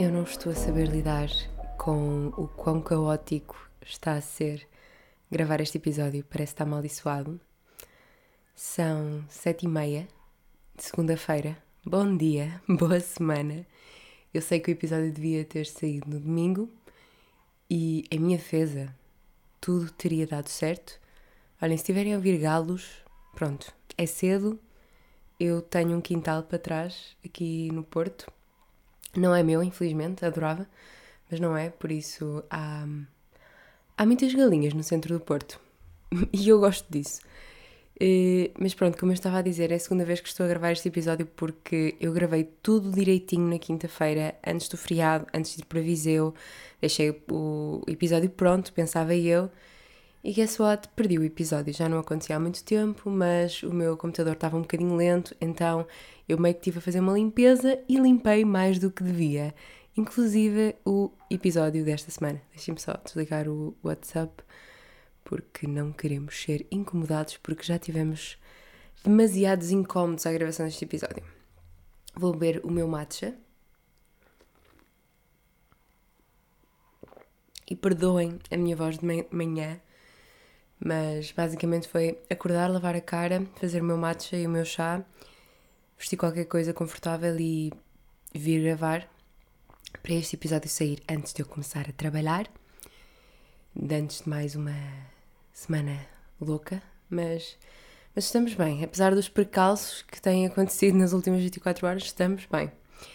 Eu não estou a saber lidar com o quão caótico está a ser gravar este episódio. Parece estar amaldiçoado. São 7h30 de segunda-feira. Bom dia, boa semana. Eu sei que o episódio devia ter saído no domingo e, em minha defesa, tudo teria dado certo. Olhem, se estiverem a ouvir galos, pronto, é cedo. Eu tenho um quintal para trás aqui no Porto. Não é meu, infelizmente, adorava, mas não é, por isso há muitas galinhas no centro do Porto e eu gosto disso. Mas pronto, como eu estava a dizer, é a segunda vez que estou a gravar este episódio porque eu gravei tudo direitinho na quinta-feira, antes do feriado, antes de ir para Viseu, deixei o episódio pronto, pensava eu, e guess what? Perdi o episódio, já não acontecia há muito tempo, mas o meu computador estava um bocadinho lento, então eu meio que estive a fazer uma limpeza e limpei mais do que devia. Inclusive o episódio desta semana. Deixem-me só desligar o WhatsApp, porque não queremos ser incomodados, porque já tivemos demasiados incómodos à gravação deste episódio. Vou beber o meu matcha. E perdoem a minha voz de manhã, mas basicamente foi acordar, lavar a cara, fazer o meu matcha e o meu chá, vestir qualquer coisa confortável e vir gravar para este episódio sair antes de eu começar a trabalhar. Antes de mais uma semana louca, mas estamos bem. Apesar dos percalços que têm acontecido nas últimas 24 horas, estamos bem.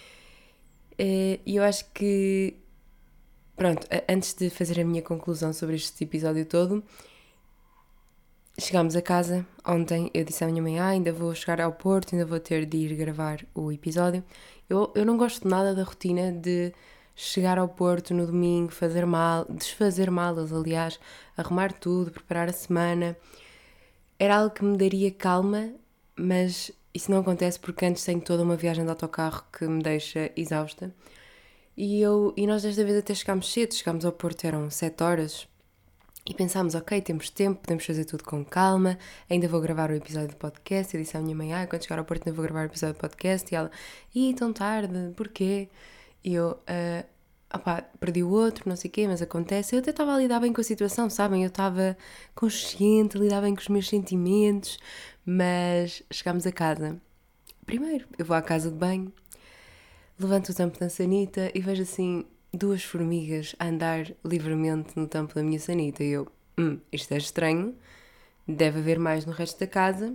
E eu acho que, pronto, antes de fazer a minha conclusão sobre este episódio todo, chegámos a casa ontem, eu disse à minha mãe, ainda vou chegar ao Porto, ainda vou ter de ir gravar o episódio. Eu não gosto nada da rotina de chegar ao Porto no domingo, desfazer malas, aliás, arrumar tudo, preparar a semana. Era algo que me daria calma, mas isso não acontece porque antes tenho toda uma viagem de autocarro que me deixa exausta. E nós desta vez até chegámos cedo, chegámos ao Porto, eram 7 horas. E pensámos, ok, temos tempo, podemos fazer tudo com calma, ainda vou gravar o episódio do podcast. Eu disse à minha mãe, quando chegar ao Porto ainda vou gravar o episódio do podcast. E ela, tão tarde, porquê? E eu, perdi o outro, não sei o quê, mas acontece. Eu até estava a lidar bem com a situação, sabem? Eu estava consciente, a lidar bem com os meus sentimentos, mas chegámos a casa. Primeiro, eu vou à casa de banho, levanto o tampo da sanita e vejo assim 2 formigas a andar livremente no tampo da minha sanita. E eu, isto é estranho, deve haver mais no resto da casa,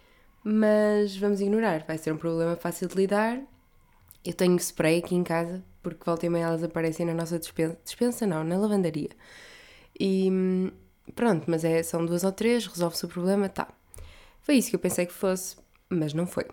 mas vamos ignorar, vai ser um problema fácil de lidar. Eu tenho spray aqui em casa, porque volta e meia elas aparecem na nossa dispensa não, na lavandaria. E pronto, mas são 2 ou 3, resolve-se o problema, tá. Foi isso que eu pensei que fosse, mas não foi.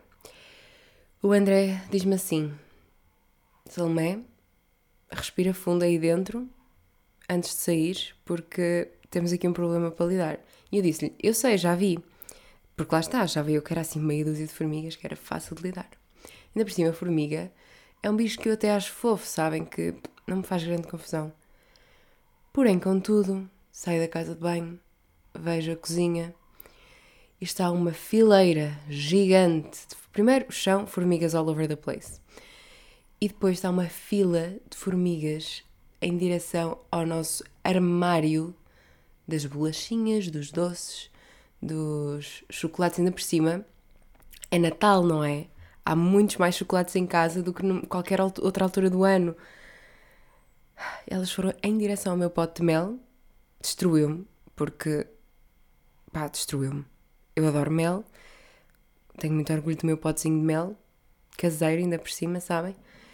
O André diz-me assim, Salomé, respira fundo aí dentro antes de sair, porque temos aqui um problema para lidar. E eu disse-lhe, eu sei, já vi, porque lá está, já vi eu que era assim meia dúzia de formigas, que era fácil de lidar. Ainda por cima, a formiga é um bicho que eu até acho fofo, sabem, que não me faz grande confusão. Porém, contudo, saio da casa de banho, vejo a cozinha e está uma fileira gigante. Primeiro, o chão, formigas all over the place. E depois está uma fila de formigas em direção ao nosso armário das bolachinhas, dos doces, dos chocolates. Ainda por cima, é Natal, não é? Há muitos mais chocolates em casa do que qualquer outra altura do ano. Elas foram em direção ao meu pote de mel, destruiu-me, porque, destruiu-me. Eu adoro mel, tenho muito orgulho do meu potezinho de mel, caseiro ainda por cima, sabem?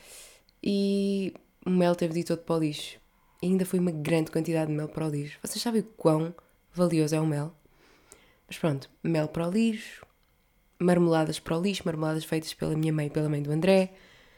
E o mel teve de ir todo para o lixo. E ainda foi uma grande quantidade de mel para o lixo. Vocês sabem o quão valioso é o mel? Mas pronto, mel para o lixo, marmeladas para o lixo, marmeladas feitas pela minha mãe e pela mãe do André.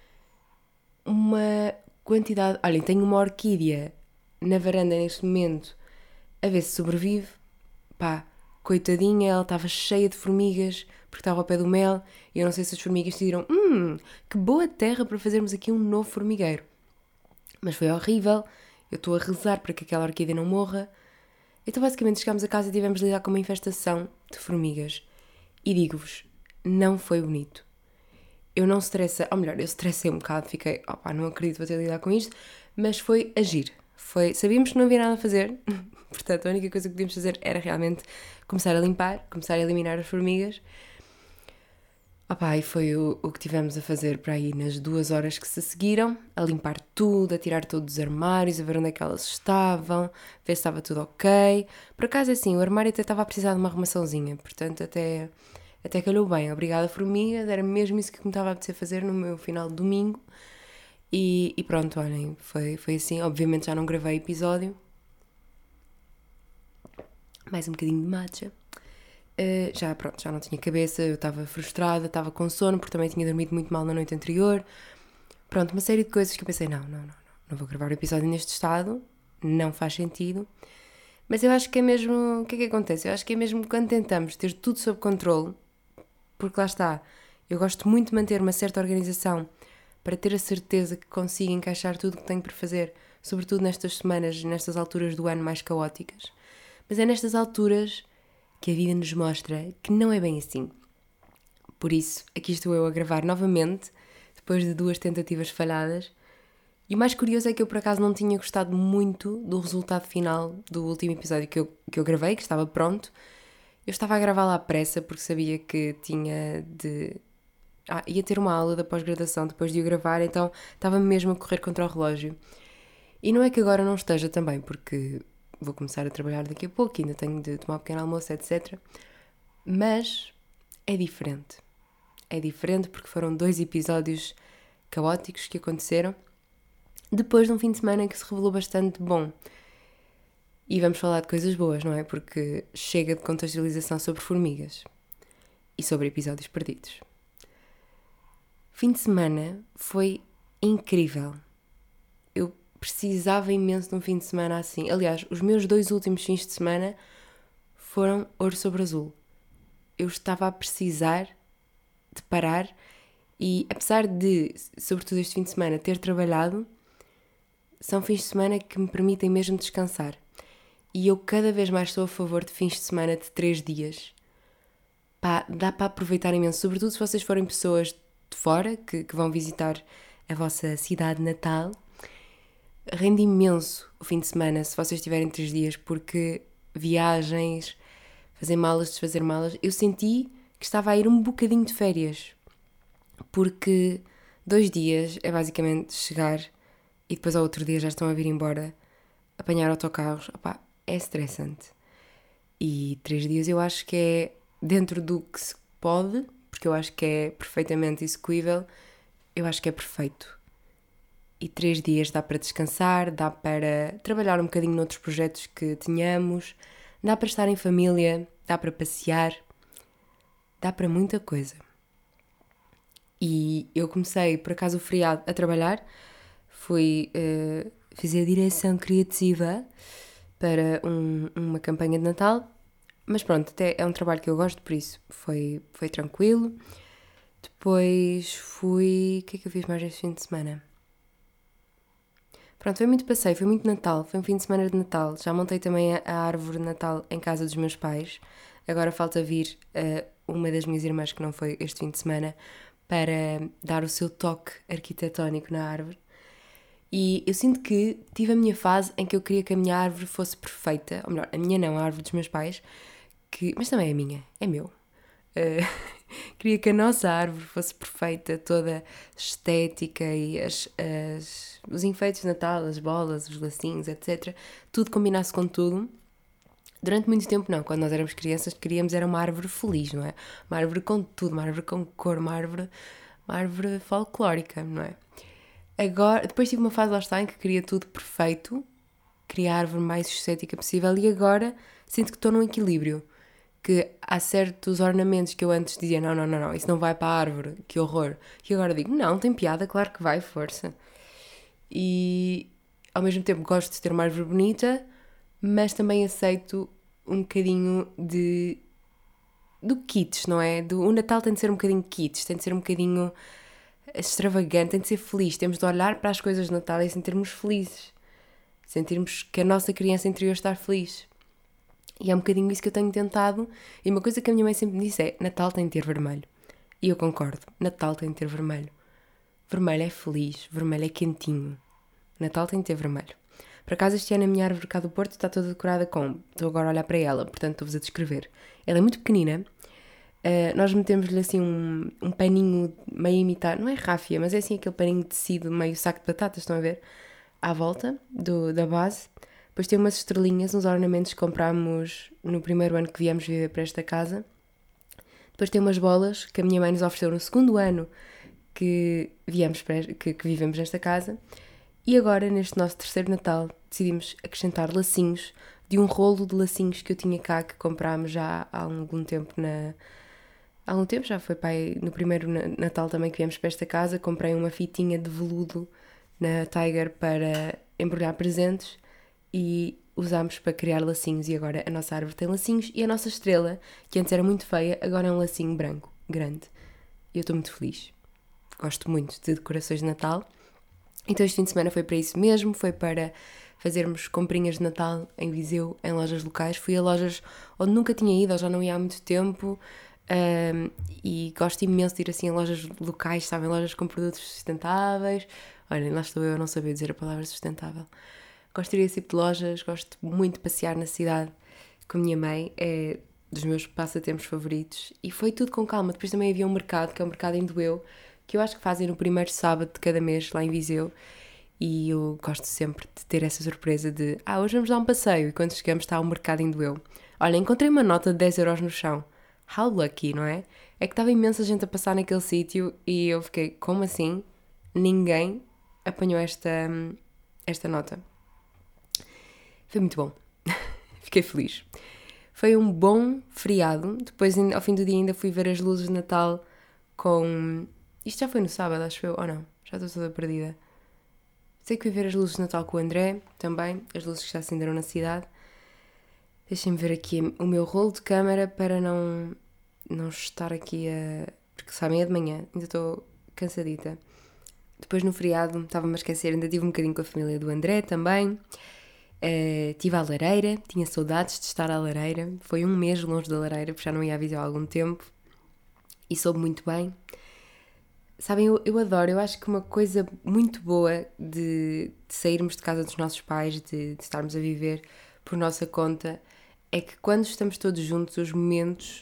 Uma quantidade... Olhem, tenho uma orquídea na varanda neste momento a ver se sobrevive. Coitadinha, ela estava cheia de formigas porque estava ao pé do mel e eu não sei se as formigas decidiram que boa terra para fazermos aqui um novo formigueiro. Mas foi horrível, eu estou a rezar para que aquela orquídea não morra. Então basicamente chegámos a casa e tivemos de lidar com uma infestação de formigas. E digo-vos, não foi bonito. eu não stressei, ou melhor, eu stressei um bocado, fiquei, não acredito, vou ter de lidar com isto, mas foi agir. Sabíamos que não havia nada a fazer, portanto a única coisa que podíamos fazer era realmente começar a limpar, começar a eliminar as formigas. E foi o que tivemos a fazer para aí nas 2 horas que se seguiram, a limpar tudo, a tirar todos os armários, a ver onde é que elas estavam, ver se estava tudo ok. Por acaso, assim, o armário até estava a precisar de uma arrumaçãozinha, portanto até calhou bem. Obrigada, formigas, era mesmo isso que me estava a apetecer fazer no meu final de domingo. E pronto, olhem, foi assim. Obviamente já não gravei episódio. Mais um bocadinho de matcha. Já não tinha cabeça, eu estava frustrada, estava com sono, porque também tinha dormido muito mal na noite anterior. Pronto, uma série de coisas que eu pensei, não vou gravar o episódio neste estado, não faz sentido. Mas eu acho que é mesmo, o que é que acontece? Eu acho que é mesmo quando tentamos ter tudo sob controle, porque lá está, eu gosto muito de manter uma certa organização para ter a certeza que consigo encaixar tudo o que tenho para fazer, sobretudo nestas semanas, nestas alturas do ano mais caóticas. Mas é nestas alturas que a vida nos mostra que não é bem assim. Por isso, aqui estou eu a gravar novamente, depois de 2 tentativas falhadas. E o mais curioso é que eu, por acaso, não tinha gostado muito do resultado final do último episódio que eu gravei, que estava pronto. Eu estava a gravá-lo à pressa porque sabia que ia ter uma aula da pós-graduação depois de o gravar, então estava mesmo a correr contra o relógio. E não é que agora não esteja também, porque vou começar a trabalhar daqui a pouco, ainda tenho de tomar um pequeno almoço, etc. Mas é diferente. É diferente porque foram 2 episódios caóticos que aconteceram depois de um fim de semana que se revelou bastante bom. E vamos falar de coisas boas, não é? Porque chega de contextualização sobre formigas e sobre episódios perdidos. Fim de semana foi incrível. Eu precisava imenso de um fim de semana assim. Aliás, os meus 2 últimos fins de semana foram ouro sobre azul. Eu estava a precisar de parar e, apesar de, sobretudo este fim de semana, ter trabalhado, são fins de semana que me permitem mesmo descansar. E eu cada vez mais sou a favor de fins de semana de 3 dias. Dá para aproveitar imenso, sobretudo se vocês forem pessoas de fora, que vão visitar a vossa cidade natal. Rende imenso o fim de semana se vocês tiverem 3 dias, porque viagens, fazer malas, desfazer malas, eu senti que estava a ir um bocadinho de férias, porque 2 dias é basicamente chegar e depois ao outro dia já estão a vir embora, apanhar autocarros, é estressante. E 3 dias eu acho que é dentro do que se pode, porque eu acho que é perfeitamente execuível, eu acho que é perfeito. E 3 dias dá para descansar, dá para trabalhar um bocadinho noutros projetos que tenhamos, dá para estar em família, dá para passear, dá para muita coisa. E eu comecei, por acaso, o feriado a trabalhar, fiz a direção criativa para uma campanha de Natal, mas pronto, até é um trabalho que eu gosto, por isso foi tranquilo. Depois fui... O que é que eu fiz mais este fim de semana? Pronto, foi muito passeio, foi muito Natal, foi um fim de semana de Natal. Já montei também a árvore de Natal em casa dos meus pais. Agora falta vir uma das minhas irmãs, que não foi este fim de semana, para dar o seu toque arquitetónico na árvore. E eu sinto que tive a minha fase em que eu queria que a minha árvore fosse perfeita. Ou melhor, a minha não, a árvore dos meus pais, mas também é minha, é meu. Queria que a nossa árvore fosse perfeita, toda estética e os enfeites de Natal, as bolas, os lacinhos, etc. Tudo combinasse com tudo. Durante muito tempo não, quando nós éramos crianças queríamos era uma árvore feliz, não é? Uma árvore com tudo, uma árvore com cor, uma árvore folclórica, não é? Agora, depois tive uma fase lá está em que queria tudo perfeito, queria a árvore mais estética possível e agora sinto que estou num equilíbrio. Que há certos ornamentos que eu antes dizia não, isso não vai para a árvore, que horror. E agora digo, não, tem piada, claro que vai, força. E ao mesmo tempo gosto de ter uma árvore bonita, mas também aceito um bocadinho do kitsch, não é? O Natal tem de ser um bocadinho kitsch, tem de ser um bocadinho extravagante, tem de ser feliz. Temos de olhar para as coisas de Natal e sentirmos felizes. Sentirmos que a nossa criança interior está feliz. E é um bocadinho isso que eu tenho tentado. E uma coisa que a minha mãe sempre me disse é: Natal tem de ter vermelho. E eu concordo, Natal tem de ter vermelho. Vermelho é feliz, vermelho é quentinho. Natal tem de ter vermelho. Por acaso este ano a minha árvore cá do Porto está toda decorada com... Estou agora a olhar para ela, portanto estou-vos a descrever. Ela é muito pequenina. Nós metemos-lhe assim um paninho meio imitar... Não é ráfia, mas é assim aquele paninho de tecido, meio saco de batatas, estão a ver? À volta da base. Depois tem umas estrelinhas, uns ornamentos que comprámos no primeiro ano que viemos viver para esta casa. Depois tem umas bolas que a minha mãe nos ofereceu no segundo ano que vivemos nesta casa. E agora, neste nosso terceiro Natal, decidimos acrescentar lacinhos de um rolo de lacinhos que eu tinha cá, que comprámos já há algum tempo Há algum tempo, já foi pai, no primeiro Natal também que viemos para esta casa, comprei uma fitinha de veludo na Tiger para embrulhar presentes e usámos para criar lacinhos. E agora a nossa árvore tem lacinhos e a nossa estrela, que antes era muito feia, agora é um lacinho branco, grande. E eu estou muito feliz. Gosto muito de decorações de Natal. Então este fim de semana foi para isso mesmo, foi para fazermos comprinhas de Natal em Viseu, em lojas locais. Fui a lojas onde nunca tinha ido, ou já não ia há muito tempo, e gosto imenso de ir assim a lojas locais, sabem, lojas com produtos sustentáveis. Olhem, lá estou eu a não saber dizer a palavra sustentável. Gosto de ir a esse tipo de lojas, gosto muito de passear na cidade com a minha mãe, é dos meus passatempos favoritos. E foi tudo com calma. Depois também havia um mercado, que é o mercado em Doeu, que eu acho que fazem no primeiro sábado de cada mês lá em Viseu, e eu gosto sempre de ter essa surpresa de hoje vamos dar um passeio, e quando chegamos está o mercado em Doeu. Olha, encontrei uma nota de 10€ no chão. How lucky, não é? É que estava imensa gente a passar naquele sítio e eu fiquei, como assim? Ninguém apanhou esta nota. Foi muito bom. Fiquei feliz. Foi um bom feriado. Depois, ao fim do dia, ainda fui ver as luzes de Natal com... Isto já foi no sábado, acho eu, ou não? Já estou toda perdida. Sei que fui ver as luzes de Natal com o André, também, as luzes que já acenderam na cidade. Deixem-me ver aqui o meu rolo de câmara para não estar aqui a... Porque sabem, é de manhã, ainda estou cansadita. Depois no feriado, estava-me a esquecer, ainda tive um bocadinho com a família do André também. Estive à lareira, tinha saudades de estar à lareira. Foi um mês longe da lareira, porque já não ia a Viseu há algum tempo. E soube muito bem. Sabem, eu adoro, eu acho que uma coisa muito boa de sairmos de casa dos nossos pais, de estarmos a viver por nossa conta, é que quando estamos todos juntos, os momentos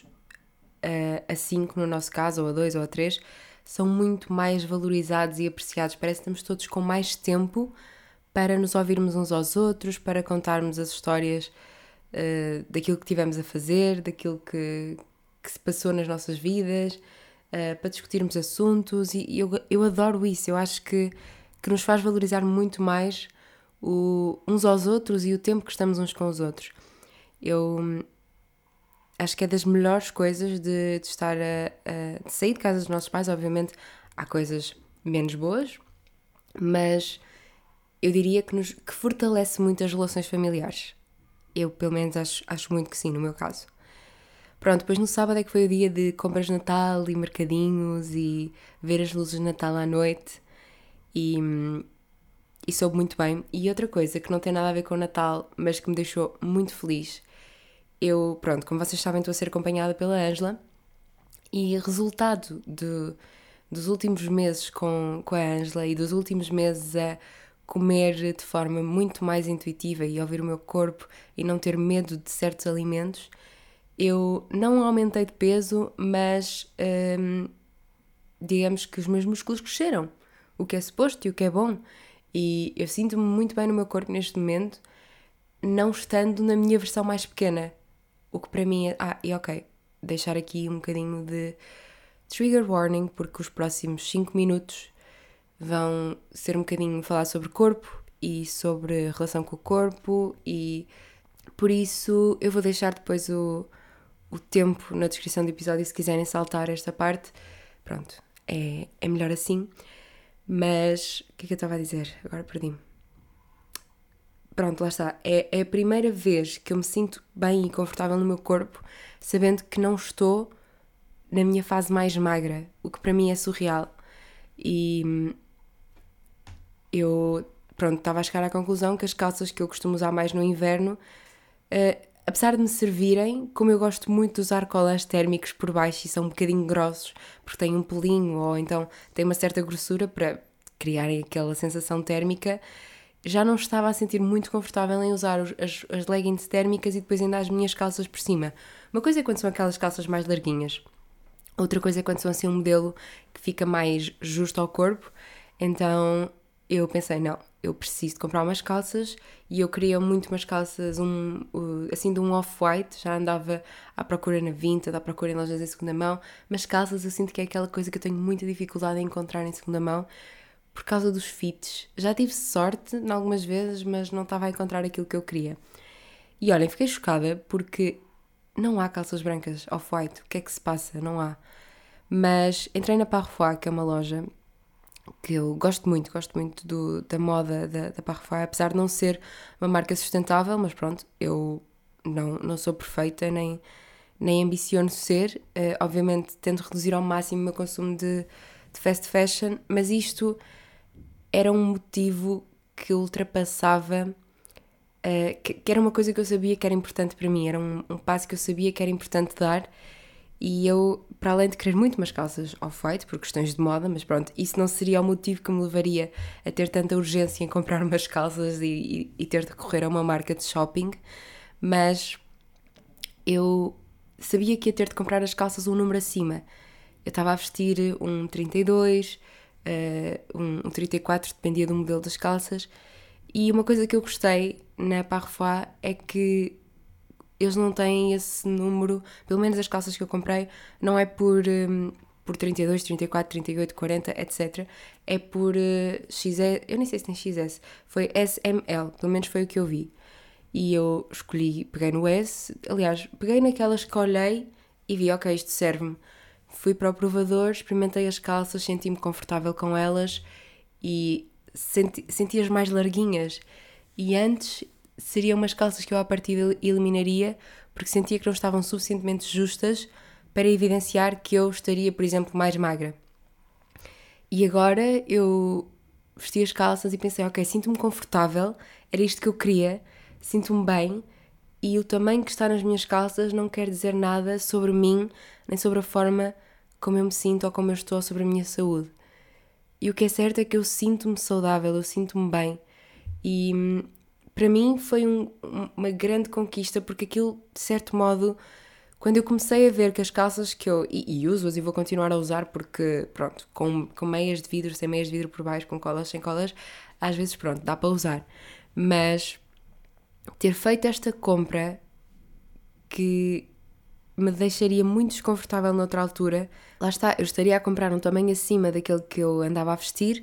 a 5 no nosso caso, ou a 2 ou a 3, são muito mais valorizados e apreciados. Parece que estamos todos com mais tempo para nos ouvirmos uns aos outros, para contarmos as histórias daquilo que tivemos a fazer, daquilo que se passou nas nossas vidas, para discutirmos assuntos, e eu adoro isso. Eu acho que nos faz valorizar muito mais uns aos outros e o tempo que estamos uns com os outros. Eu acho que é das melhores coisas de estar de sair de casa dos nossos pais. Obviamente há coisas menos boas, mas eu diria que fortalece muito as relações familiares. Eu, pelo menos, acho muito que sim, no meu caso. Pronto, depois no sábado é que foi o dia de compras de Natal e mercadinhos e ver as luzes de Natal à noite, e soube muito bem. E outra coisa que não tem nada a ver com o Natal, mas que me deixou muito feliz, pronto, como vocês sabem, estou a ser acompanhada pela Ângela, e resultado dos últimos meses com a Ângela e dos últimos meses a comer de forma muito mais intuitiva e ouvir o meu corpo e não ter medo de certos alimentos, eu não aumentei de peso, mas digamos que os meus músculos cresceram, o que é suposto e o que é bom, e eu sinto-me muito bem no meu corpo neste momento, não estando na minha versão mais pequena, o que para mim é... e ok, deixar aqui um bocadinho de trigger warning, porque os próximos 5 minutos vão ser um bocadinho falar sobre corpo e sobre relação com o corpo, e por isso eu vou deixar depois o tempo na descrição do episódio se quiserem saltar esta parte. Pronto, é melhor assim. Mas o que é que eu estava a dizer? Agora perdi-me. Pronto, lá está. É a primeira vez que eu me sinto bem e confortável no meu corpo, sabendo que não estou na minha fase mais magra, o que para mim é surreal. E eu, pronto, estava a chegar à conclusão que as calças que eu costumo usar mais no inverno apesar de me servirem, como eu gosto muito de usar colãs térmicos por baixo e são um bocadinho grossos, porque têm um pelinho ou então têm uma certa grossura para criarem aquela sensação térmica, já não estava a sentir muito confortável em usar as leggings térmicas e depois ainda as minhas calças por cima. Uma coisa é quando são aquelas calças mais larguinhas, outra coisa é quando são assim um modelo que fica mais justo ao corpo. Então eu pensei, não, eu preciso de comprar umas calças e eu queria muito umas calças assim de um off-white, já andava à procura na Vinted, à procura em lojas em segunda mão, mas calças eu sinto que é aquela coisa que eu tenho muita dificuldade em encontrar em segunda mão por causa dos fits. Já tive sorte em algumas vezes, mas não estava a encontrar aquilo que eu queria. E olhem, fiquei chocada porque não há calças brancas off-white. O que é que se passa? Não há. Mas entrei na Parfois, que é uma loja que eu gosto muito da moda da Parfois, apesar de não ser uma marca sustentável, mas pronto, eu não sou perfeita, nem ambiciono ser. Obviamente tento reduzir ao máximo o meu consumo de fast fashion, mas isto era um motivo que ultrapassava, que era uma coisa que eu sabia que era importante para mim, era um passo que eu sabia que era importante dar. E eu, para além de querer muito umas calças off-white, por questões de moda, mas pronto, isso não seria o motivo que me levaria a ter tanta urgência em comprar umas calças e ter de correr a uma marca de shopping, mas eu sabia que ia ter de comprar as calças um número acima. Eu estava a vestir um 32, um 34, dependia do modelo das calças, e uma coisa que eu gostei na Parfois é que eles não têm esse número, pelo menos as calças que eu comprei, não é por 32, 34, 38, 40, etc. É por XS, eu nem sei se tem XS, foi SML, pelo menos foi o que eu vi. E eu escolhi, peguei no S, aliás, peguei naquelas que olhei e vi, ok, isto serve-me. Fui para o provador, experimentei as calças, senti-me confortável com elas e senti-as mais larguinhas. E antes seriam umas calças que eu à partida eliminaria porque sentia que não estavam suficientemente justas para evidenciar que eu estaria, por exemplo, mais magra. E agora eu vesti as calças e pensei, ok, sinto-me confortável, era isto que eu queria, sinto-me bem e o tamanho que está nas minhas calças não quer dizer nada sobre mim, nem sobre a forma como eu me sinto ou como eu estou, sobre a minha saúde. E o que é certo é que eu sinto-me saudável, eu sinto-me bem e para mim foi uma grande conquista, porque aquilo, de certo modo, quando eu comecei a ver que as calças que eu... E uso-as e vou continuar a usar porque, pronto, com meias de vidro, sem meias de vidro por baixo, com colas, sem colas, às vezes, pronto, dá para usar. Mas ter feito esta compra que me deixaria muito desconfortável noutra altura, lá está, eu estaria a comprar um tamanho acima daquele que eu andava a vestir.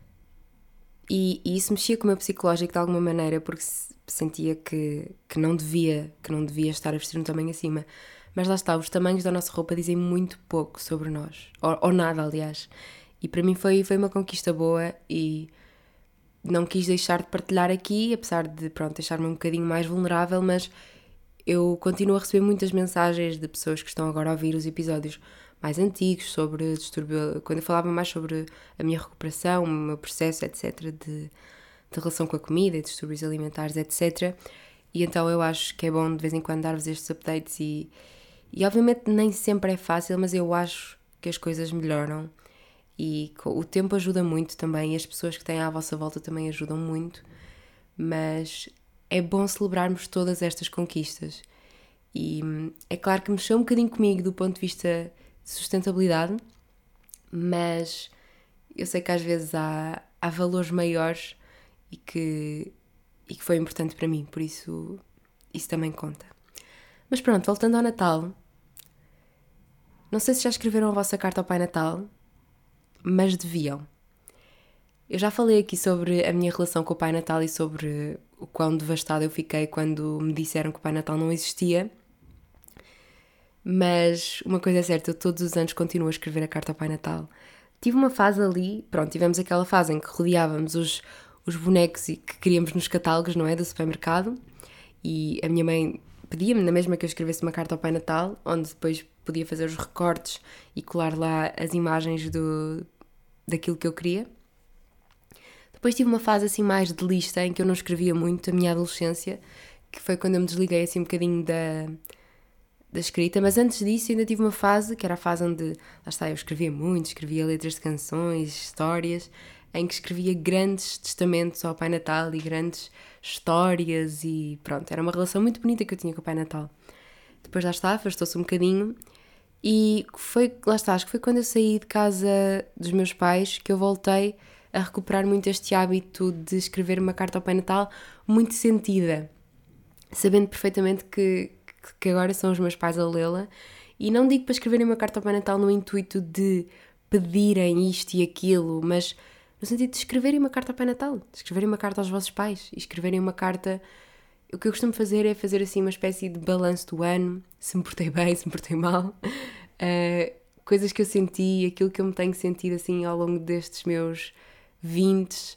E isso mexia com o meu psicológico de alguma maneira, porque sentia que não devia estar a vestir um tamanho acima. Mas lá está, os tamanhos da nossa roupa dizem muito pouco sobre nós, ou nada, aliás. E para mim foi uma conquista boa e não quis deixar de partilhar aqui, apesar de, pronto, deixar-me um bocadinho mais vulnerável, mas eu continuo a receber muitas mensagens de pessoas que estão agora a ouvir os episódios mais antigos sobre distúrbio, quando eu falava mais sobre a minha recuperação, o meu processo, etc, de relação com a comida e distúrbios alimentares, etc. E então eu acho que é bom de vez em quando dar-vos estes updates e obviamente nem sempre é fácil, mas eu acho que as coisas melhoram e o tempo ajuda muito também e as pessoas que têm à vossa volta também ajudam muito, mas é bom celebrarmos todas estas conquistas. E é claro que mexeu um bocadinho comigo do ponto de vista de sustentabilidade, mas eu sei que às vezes há valores maiores e que foi importante para mim, por isso também conta. Mas pronto, voltando ao Natal, não sei se já escreveram a vossa carta ao Pai Natal, mas deviam. Eu já falei aqui sobre a minha relação com o Pai Natal e sobre o quão devastada eu fiquei quando me disseram que o Pai Natal não existia. Mas uma coisa é certa, eu todos os anos continuo a escrever a carta ao Pai Natal. Tive uma fase ali, pronto, tivemos aquela fase em que rodeávamos os bonecos e que queríamos nos catálogos, não é, do supermercado. E a minha mãe pedia-me na mesma que eu escrevesse uma carta ao Pai Natal, onde depois podia fazer os recortes e colar lá as imagens daquilo que eu queria. Depois tive uma fase assim mais de lista, em que eu não escrevia muito, a minha adolescência, que foi quando eu me desliguei assim um bocadinho da escrita, mas antes disso ainda tive uma fase, que era a fase onde, lá está, eu escrevia muito, escrevia letras de canções, histórias, em que escrevia grandes testamentos ao Pai Natal e grandes histórias e pronto, era uma relação muito bonita que eu tinha com o Pai Natal. Depois lá está, afastou-se um bocadinho e foi, lá está, acho que foi quando eu saí de casa dos meus pais que eu voltei a recuperar muito este hábito de escrever uma carta ao Pai Natal muito sentida, sabendo perfeitamente que agora são os meus pais a lê-la, e não digo para escreverem uma carta ao Pai Natal no intuito de pedirem isto e aquilo, mas no sentido de escreverem uma carta ao Pai Natal, de escreverem uma carta aos vossos pais, e escreverem uma carta. O que eu costumo fazer é fazer assim uma espécie de balanço do ano, se me portei bem, se me portei mal, coisas que eu senti, aquilo que eu me tenho sentido assim ao longo destes meus 20,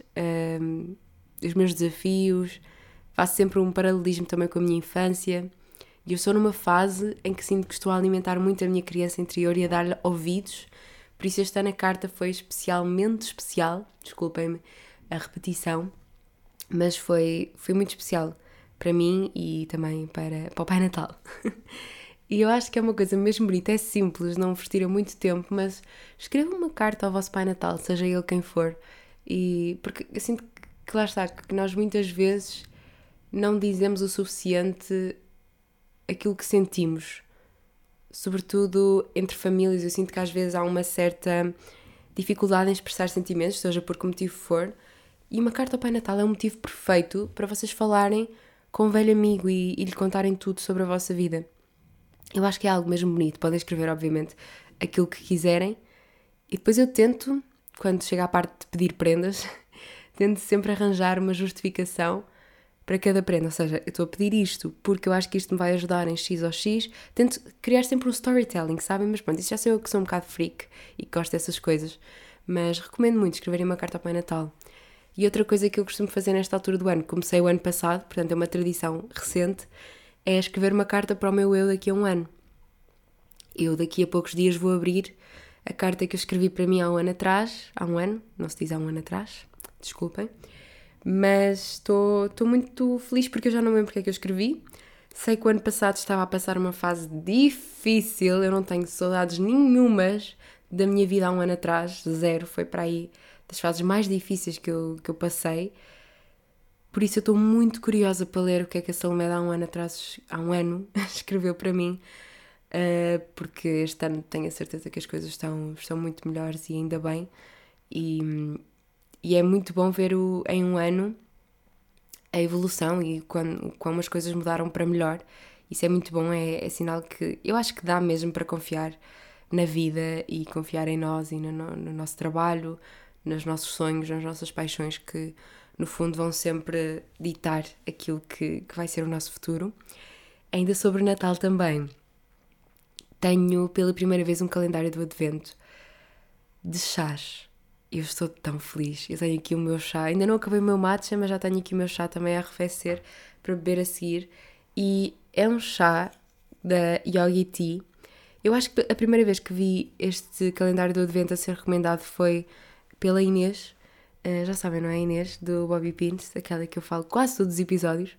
os meus desafios. Faço sempre um paralelismo também com a minha infância. E eu estou numa fase em que sinto que estou a alimentar muito a minha criança interior e a dar-lhe ouvidos. Por isso este ano a carta foi especialmente especial. Desculpem-me a repetição. Mas foi muito especial para mim e também para o Pai Natal. E eu acho que é uma coisa mesmo bonita. É simples, não vos tira muito tempo, mas escrevam uma carta ao vosso Pai Natal, seja ele quem for. E porque eu sinto que lá está, que nós muitas vezes não dizemos o suficiente aquilo que sentimos, sobretudo entre famílias. Eu sinto que às vezes há uma certa dificuldade em expressar sentimentos, seja por que motivo for, e uma carta ao Pai Natal é um motivo perfeito para vocês falarem com um velho amigo e lhe contarem tudo sobre a vossa vida. Eu acho que é algo mesmo bonito. Podem escrever, obviamente, aquilo que quiserem, e depois eu tento, quando chega à parte de pedir prendas, tento sempre arranjar uma justificação para cada prenda, ou seja, eu estou a pedir isto porque eu acho que isto me vai ajudar em X ou X. Tento criar sempre um storytelling, sabem? Mas pronto, isso já sei eu que sou um bocado freak e que gosto dessas coisas, mas recomendo muito escreverem uma carta ao Pai Natal. E outra coisa que eu costumo fazer nesta altura do ano, comecei o ano passado, portanto é uma tradição recente, é escrever uma carta para o meu eu daqui a um ano. Eu daqui a poucos dias vou abrir a carta que eu escrevi para mim há um ano atrás, há um ano, não se diz há um ano atrás, desculpem, mas estou muito feliz porque eu já não lembro porque é que eu escrevi. Sei que o ano passado estava a passar uma fase difícil, eu não tenho saudades nenhumas da minha vida há um ano atrás, zero, foi para aí das fases mais difíceis que eu passei. Por isso eu estou muito curiosa para ler o que é que a Salomé há um ano atrás, há um ano, escreveu para mim, porque este ano tenho a certeza que as coisas estão muito melhores e ainda bem. E é muito bom ver em um ano a evolução e como as coisas mudaram para melhor. Isso é muito bom, é sinal que eu acho que dá mesmo para confiar na vida e confiar em nós e no nosso trabalho, nos nossos sonhos, nas nossas paixões, que no fundo vão sempre ditar aquilo que vai ser o nosso futuro. Ainda sobre Natal também, tenho pela primeira vez um calendário do Advento de chás. Eu estou tão feliz. Eu tenho aqui o meu chá. Ainda não acabei o meu matcha, mas já tenho aqui o meu chá também a arrefecer para beber a seguir. E é um chá da Yogi Tea. Eu acho que a primeira vez que vi este calendário do Advento a ser recomendado foi pela Inês. Já sabem, não é, Inês? Do Bobby Pins, aquela que eu falo quase todos os episódios.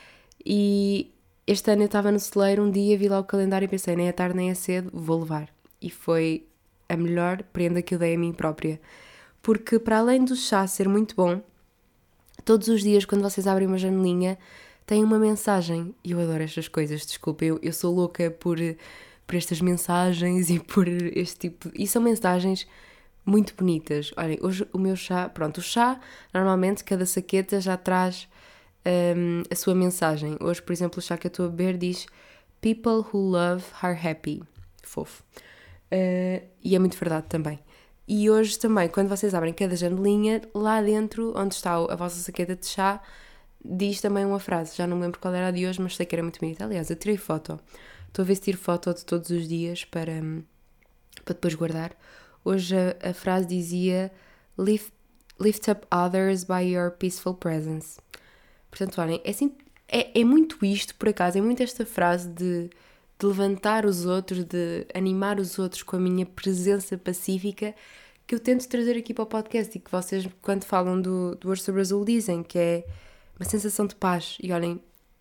E este ano eu estava no celeiro um dia, vi lá o calendário e pensei, nem é tarde nem é cedo, vou levar. E foi a melhor prenda que eu dei a mim própria. Porque para além do chá ser muito bom, todos os dias quando vocês abrem uma janelinha tem uma mensagem. E eu adoro estas coisas, desculpa, eu sou louca por estas mensagens e por este tipo... E são mensagens muito bonitas. Olhem, hoje o meu chá... Pronto, o chá, normalmente, cada saqueta já traz a sua mensagem. Hoje, por exemplo, o chá que eu estou a beber diz People who love are happy. Fofo. E é muito verdade também. E hoje também, quando vocês abrem cada janelinha, lá dentro, onde está a vossa saqueta de chá, diz também uma frase. Já não me lembro qual era a de hoje, mas sei que era muito bonita. Aliás, eu tirei foto. Estou a ver se tiro foto de todos os dias para depois guardar. Hoje a frase dizia Lift up others by your peaceful presence. Portanto, olhem, é, assim, é muito isto, por acaso, é muito esta frase de levantar os outros, de animar os outros com a minha presença pacífica, que eu tento trazer aqui para o podcast e que vocês, quando falam do Urso Sobre Azul, dizem que é uma sensação de paz. E olhem,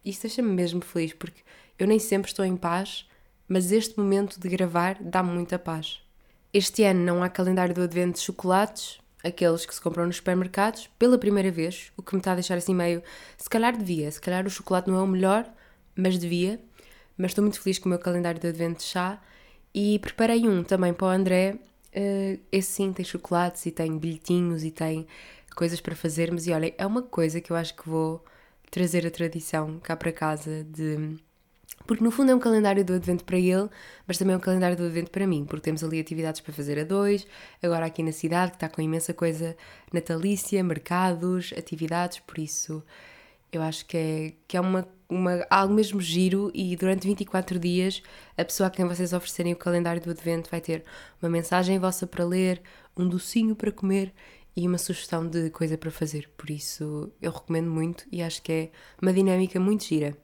isso deixa-me mesmo feliz, porque eu nem sempre estou em paz, mas este momento de gravar dá-me muita paz. Este ano não há calendário do advento de chocolates, aqueles que se compram nos supermercados, pela primeira vez, o que me está a deixar assim meio... Se calhar o chocolate não é o melhor, mas devia. Mas estou muito feliz com o meu calendário de advento de chá e preparei um também para o André. Esse sim tem chocolates e tem bilhetinhos e tem coisas para fazermos. E olhem, é uma coisa que eu acho que vou trazer a tradição cá para casa de... Porque no fundo é um calendário do advento para ele, mas também é um calendário do advento para mim, porque temos ali atividades para fazer a dois, agora aqui na cidade que está com imensa coisa natalícia, mercados, atividades, por isso eu acho que é algo mesmo giro e durante 24 dias a pessoa a quem vocês oferecerem o calendário do advento vai ter uma mensagem vossa para ler, um docinho para comer e uma sugestão de coisa para fazer, por isso eu recomendo muito e acho que é uma dinâmica muito gira.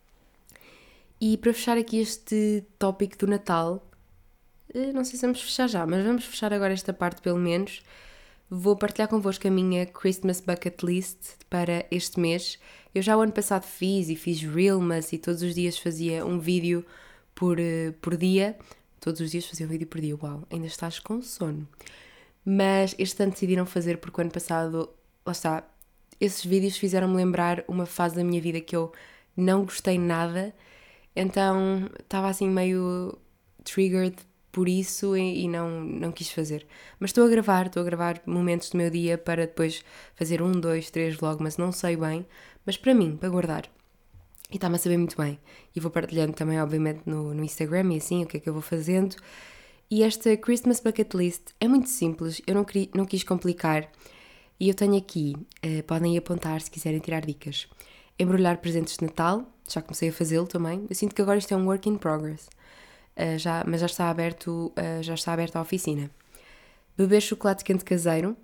E para fechar aqui este tópico do Natal, não sei se vamos fechar já, mas vamos fechar agora esta parte pelo menos. Vou partilhar convosco a minha Christmas Bucket List para este mês. Eu já o ano passado fiz Reelmas e todos os dias fazia um vídeo por dia. Todos os dias fazia um vídeo por dia, uau, ainda estás com sono. Mas este ano decidiram fazer porque o ano passado, lá está, esses vídeos fizeram-me lembrar uma fase da minha vida que eu não gostei nada. Então estava assim meio triggered por isso e não quis fazer. Mas estou a gravar momentos do meu dia para depois fazer 1, 2, 3 vlogmas, não sei bem, mas para mim, para guardar. E está-me a saber muito bem. E vou partilhando também, obviamente, no Instagram e assim, o que é que eu vou fazendo. E esta Christmas Bucket List é muito simples, eu não quis complicar. E eu tenho aqui, podem ir apontar se quiserem tirar dicas. Embrulhar presentes de Natal, já comecei a fazê-lo também. Eu sinto que agora isto é um work in progress, mas já está aberta a oficina. Beber chocolate quente caseiro.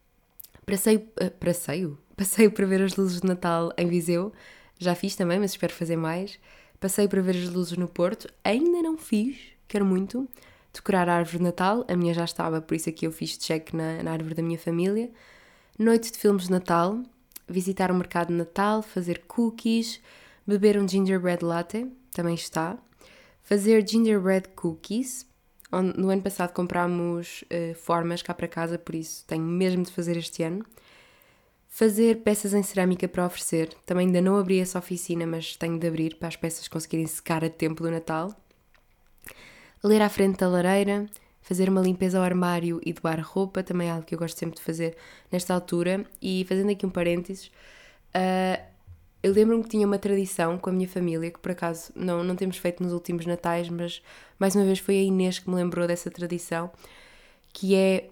Passeio para ver as luzes de Natal em Viseu. Já fiz também, mas espero fazer mais. Passeio para ver as luzes no Porto. Ainda não fiz, quero muito. Decorar a árvore de Natal, a minha já estava, por isso aqui eu fiz check na árvore da minha família. Noite de filmes de Natal. Visitar o mercado de Natal, fazer cookies, beber um gingerbread latte, também está. Fazer gingerbread cookies. No ano passado comprámos formas cá para casa, por isso tenho mesmo de fazer este ano. Fazer peças em cerâmica para oferecer. Também ainda não abri essa oficina, mas tenho de abrir para as peças conseguirem secar a tempo do Natal. Ler à frente da lareira. Fazer uma limpeza ao armário e doar roupa, também é algo que eu gosto sempre de fazer nesta altura. E fazendo aqui um parênteses, eu lembro-me que tinha uma tradição com a minha família, que por acaso não temos feito nos últimos natais, mas mais uma vez foi a Inês que me lembrou dessa tradição, que é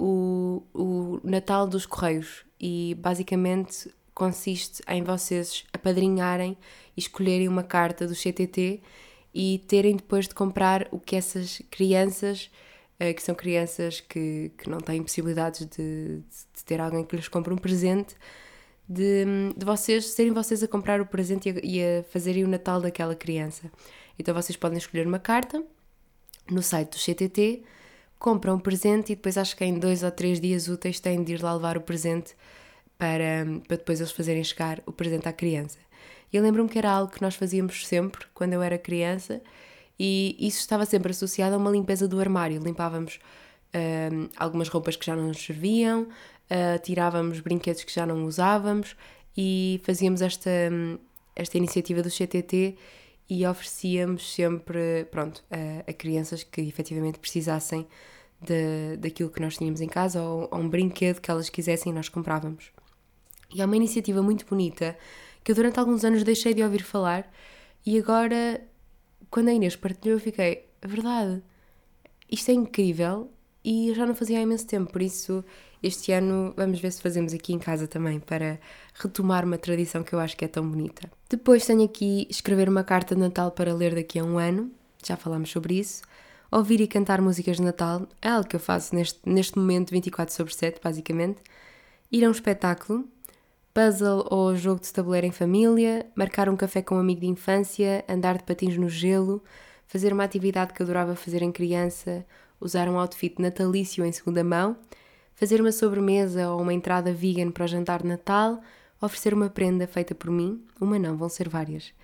o Natal dos Correios. E basicamente consiste em vocês apadrinharem e escolherem uma carta do CTT e terem depois de comprar o que essas crianças... que são crianças que não têm possibilidades de ter alguém que lhes compre um presente, de serem vocês a comprar o presente e a fazerem o Natal daquela criança. Então vocês podem escolher uma carta no site do CTT, compram o presente e depois acho que em 2 ou 3 dias úteis têm de ir lá levar o presente para depois eles fazerem chegar o presente à criança. E eu lembro-me que era algo que nós fazíamos sempre quando eu era criança. E isso estava sempre associado a uma limpeza do armário. Limpávamos algumas roupas que já não nos serviam, tirávamos brinquedos que já não usávamos e fazíamos esta iniciativa do CTT e oferecíamos sempre, a crianças que efetivamente precisassem daquilo que nós tínhamos em casa ou um brinquedo que elas quisessem e nós comprávamos. E é uma iniciativa muito bonita que eu durante alguns anos deixei de ouvir falar e agora... Quando a Inês partilhou, eu fiquei, é verdade, isto é incrível e eu já não fazia há imenso tempo, por isso este ano vamos ver se fazemos aqui em casa também para retomar uma tradição que eu acho que é tão bonita. Depois tenho aqui escrever uma carta de Natal para ler daqui a um ano, já falámos sobre isso. Ouvir e cantar músicas de Natal, é algo que eu faço neste momento 24/7, basicamente. Ir a um espetáculo. Puzzle ou jogo de tabuleiro em família, marcar um café com um amigo de infância, andar de patins no gelo, fazer uma atividade que adorava fazer em criança, usar um outfit natalício em segunda mão, fazer uma sobremesa ou uma entrada vegan para o jantar de Natal, oferecer uma prenda feita por mim, uma não, vão ser várias,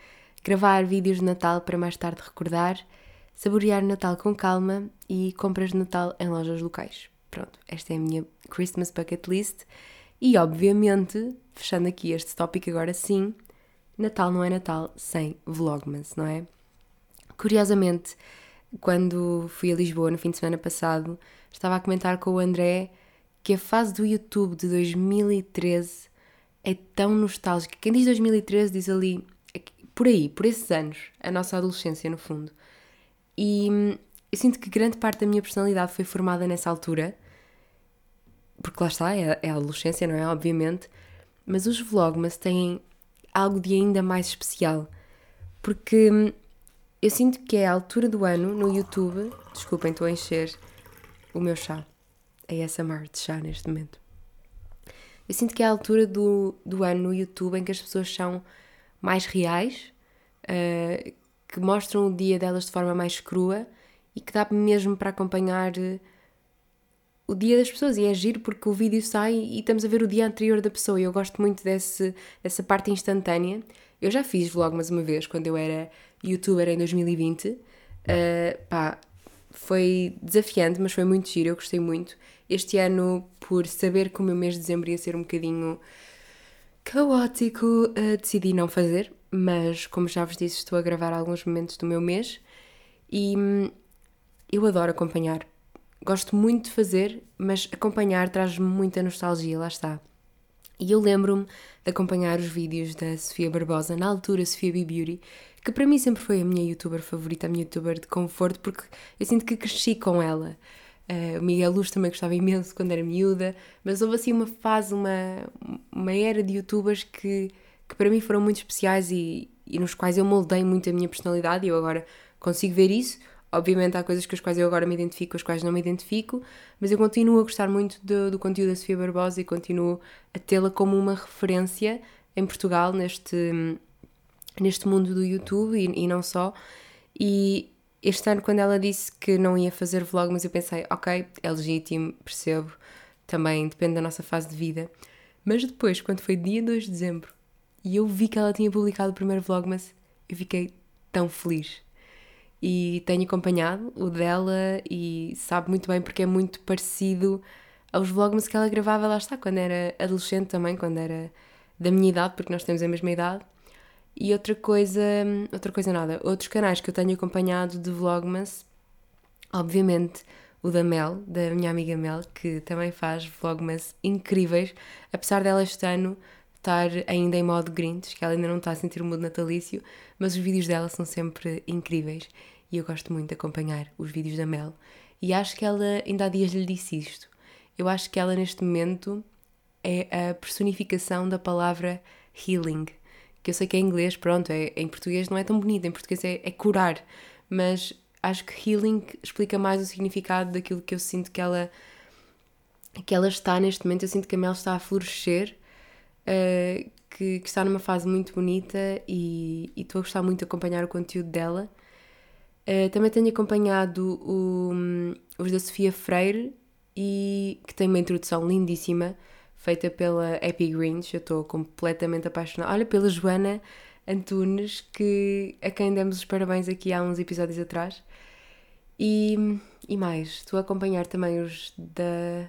gravar vídeos de Natal para mais tarde recordar, saborear Natal com calma e compras de Natal em lojas locais. Pronto, esta é a minha Christmas bucket list e, obviamente, fechando aqui este tópico agora sim, Natal não é Natal sem Vlogmas, não é? Curiosamente, quando fui a Lisboa no fim de semana passado, estava a comentar com o André que a fase do YouTube de 2013 é tão nostálgica. Quem diz 2013 diz ali, por aí, por esses anos, a nossa adolescência no fundo. E eu sinto que grande parte da minha personalidade foi formada nessa altura, porque lá está, é a adolescência, não é? Obviamente. Mas os Vlogmas têm algo de ainda mais especial, porque eu sinto que é a altura do ano no YouTube. Desculpem, estou a encher o meu chá. É ASMR de chá neste momento. Eu sinto que é a altura do ano no YouTube em que as pessoas são mais reais, que mostram o dia delas de forma mais crua e que dá mesmo para acompanhar o dia das pessoas. E é giro porque o vídeo sai e estamos a ver o dia anterior da pessoa. E eu gosto muito dessa parte instantânea. Eu já fiz vlogmas uma vez, quando eu era youtuber em 2020. Foi desafiante, mas foi muito giro, eu gostei muito. Este ano, por saber que o meu mês de dezembro ia ser um bocadinho caótico, decidi não fazer, mas como já vos disse, estou a gravar alguns momentos do meu mês e eu adoro acompanhar. Gosto muito de fazer, mas acompanhar traz-me muita nostalgia, lá está. E eu lembro-me de acompanhar os vídeos da Sofia Barbosa, na altura Sofia B-Beauty, que para mim sempre foi a minha youtuber favorita, a minha youtuber de conforto, porque eu sinto que cresci com ela. O Miguel Luz também gostava imenso quando era miúda, mas houve assim uma fase, uma era de youtubers que para mim foram muito especiais e nos quais eu moldei muito a minha personalidade e eu agora consigo ver isso. Obviamente há coisas com as quais eu agora me identifico, com as quais não me identifico, mas eu continuo a gostar muito do conteúdo da Sofia Barbosa e continuo a tê-la como uma referência em Portugal neste mundo do YouTube e não só. E este ano, quando ela disse que não ia fazer vlog, mas eu pensei, ok, é legítimo, percebo, também depende da nossa fase de vida. Mas depois, quando foi dia 2 de dezembro e eu vi que ela tinha publicado o primeiro vlogmas, eu fiquei tão feliz. E tenho acompanhado o dela e sabe muito bem porque é muito parecido aos vlogmas que ela gravava, lá está, quando era adolescente também, quando era da minha idade, porque nós temos a mesma idade. E outra coisa nada, outros canais que eu tenho acompanhado de vlogmas, obviamente o da Mel, da minha amiga Mel, que também faz vlogmas incríveis, apesar dela este ano estar ainda em modo Grinch, que ela ainda não está a sentir o mood natalício, mas os vídeos dela são sempre incríveis e eu gosto muito de acompanhar os vídeos da Mel. E acho que ela, ainda há dias lhe disse isto, eu acho que ela neste momento é a personificação da palavra healing, que eu sei que é em inglês, pronto, em português não é tão bonito, em português é curar, mas acho que healing explica mais o significado daquilo que eu sinto que ela está neste momento. Eu sinto que a Mel está a florescer, que está numa fase muito bonita e estou a gostar muito de acompanhar o conteúdo dela. Também tenho acompanhado os da Sofia Freire, e que tem uma introdução lindíssima, feita pela Happy Grinch. Eu estou completamente apaixonada. Olha, pela Joana Antunes, a quem demos os parabéns aqui há uns episódios atrás. E mais, estou a acompanhar também os da...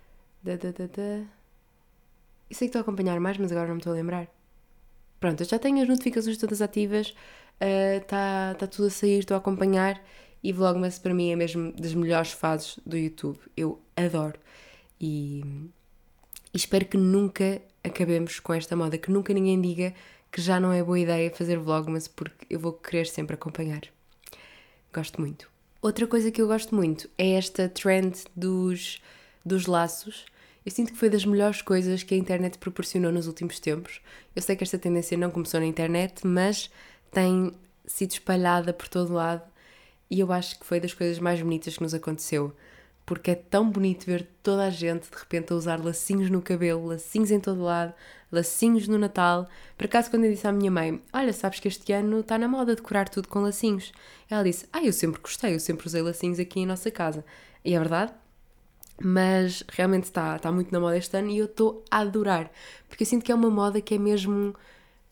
Eu sei que estou a acompanhar mais, mas agora não me estou a lembrar. Pronto, eu já tenho as notificações todas ativas, está tudo a sair, estou a acompanhar, e Vlogmas para mim é mesmo das melhores fases do YouTube. Eu adoro. E espero que nunca acabemos com esta moda, que nunca ninguém diga que já não é boa ideia fazer vlogmas, porque eu vou querer sempre acompanhar. Gosto muito. Outra coisa que eu gosto muito é esta trend dos laços. Eu sinto que foi das melhores coisas que a internet proporcionou nos últimos tempos. Eu sei que esta tendência não começou na internet, mas tem sido espalhada por todo lado e eu acho que foi das coisas mais bonitas que nos aconteceu. Porque é tão bonito ver toda a gente de repente a usar lacinhos no cabelo, lacinhos em todo lado, lacinhos no Natal. Por acaso, quando eu disse à minha mãe, olha, sabes que este ano está na moda decorar tudo com lacinhos, ela disse, eu sempre gostei, eu sempre usei lacinhos aqui em nossa casa. E é verdade, mas realmente está muito na moda este ano e eu estou a adorar, porque eu sinto que é uma moda que é mesmo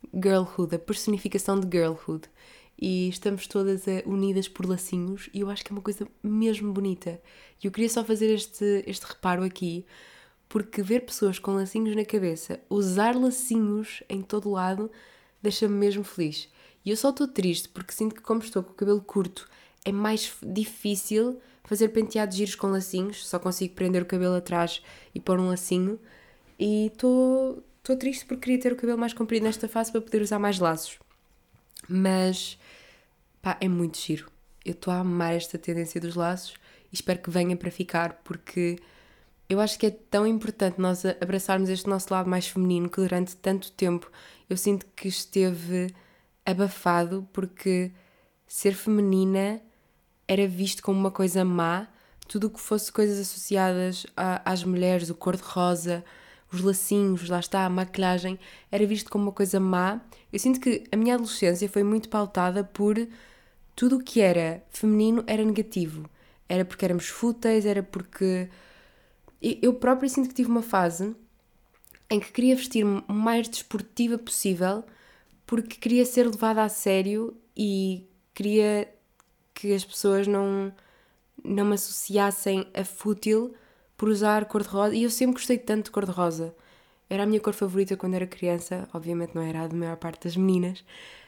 girlhood, a personificação de girlhood. E estamos todas unidas por lacinhos e eu acho que é uma coisa mesmo bonita. E eu queria só fazer este reparo aqui, porque ver pessoas com lacinhos na cabeça, usar lacinhos em todo lado, deixa-me mesmo feliz. E eu só estou triste porque sinto que, como estou com o cabelo curto, é mais difícil fazer penteados giros com lacinhos, só consigo prender o cabelo atrás e pôr um lacinho. E estou triste porque queria ter o cabelo mais comprido nesta fase para poder usar mais laços. Mas, pá, é muito giro. Eu estou a amar esta tendência dos laços e espero que venha para ficar, porque eu acho que é tão importante nós abraçarmos este nosso lado mais feminino que durante tanto tempo eu sinto que esteve abafado, porque ser feminina era visto como uma coisa má, tudo o que fosse coisas associadas às mulheres, o cor-de-rosa, os lacinhos, lá está, a maquilhagem, era visto como uma coisa má. Eu sinto que a minha adolescência foi muito pautada por tudo o que era feminino era negativo. Era porque éramos fúteis, era porque... Eu própria sinto que tive uma fase em que queria vestir-me o mais desportiva possível porque queria ser levada a sério e queria que as pessoas não me associassem a fútil por usar cor-de-rosa. E eu sempre gostei tanto de cor-de-rosa. Era a minha cor favorita quando era criança. Obviamente não era a da maior parte das meninas.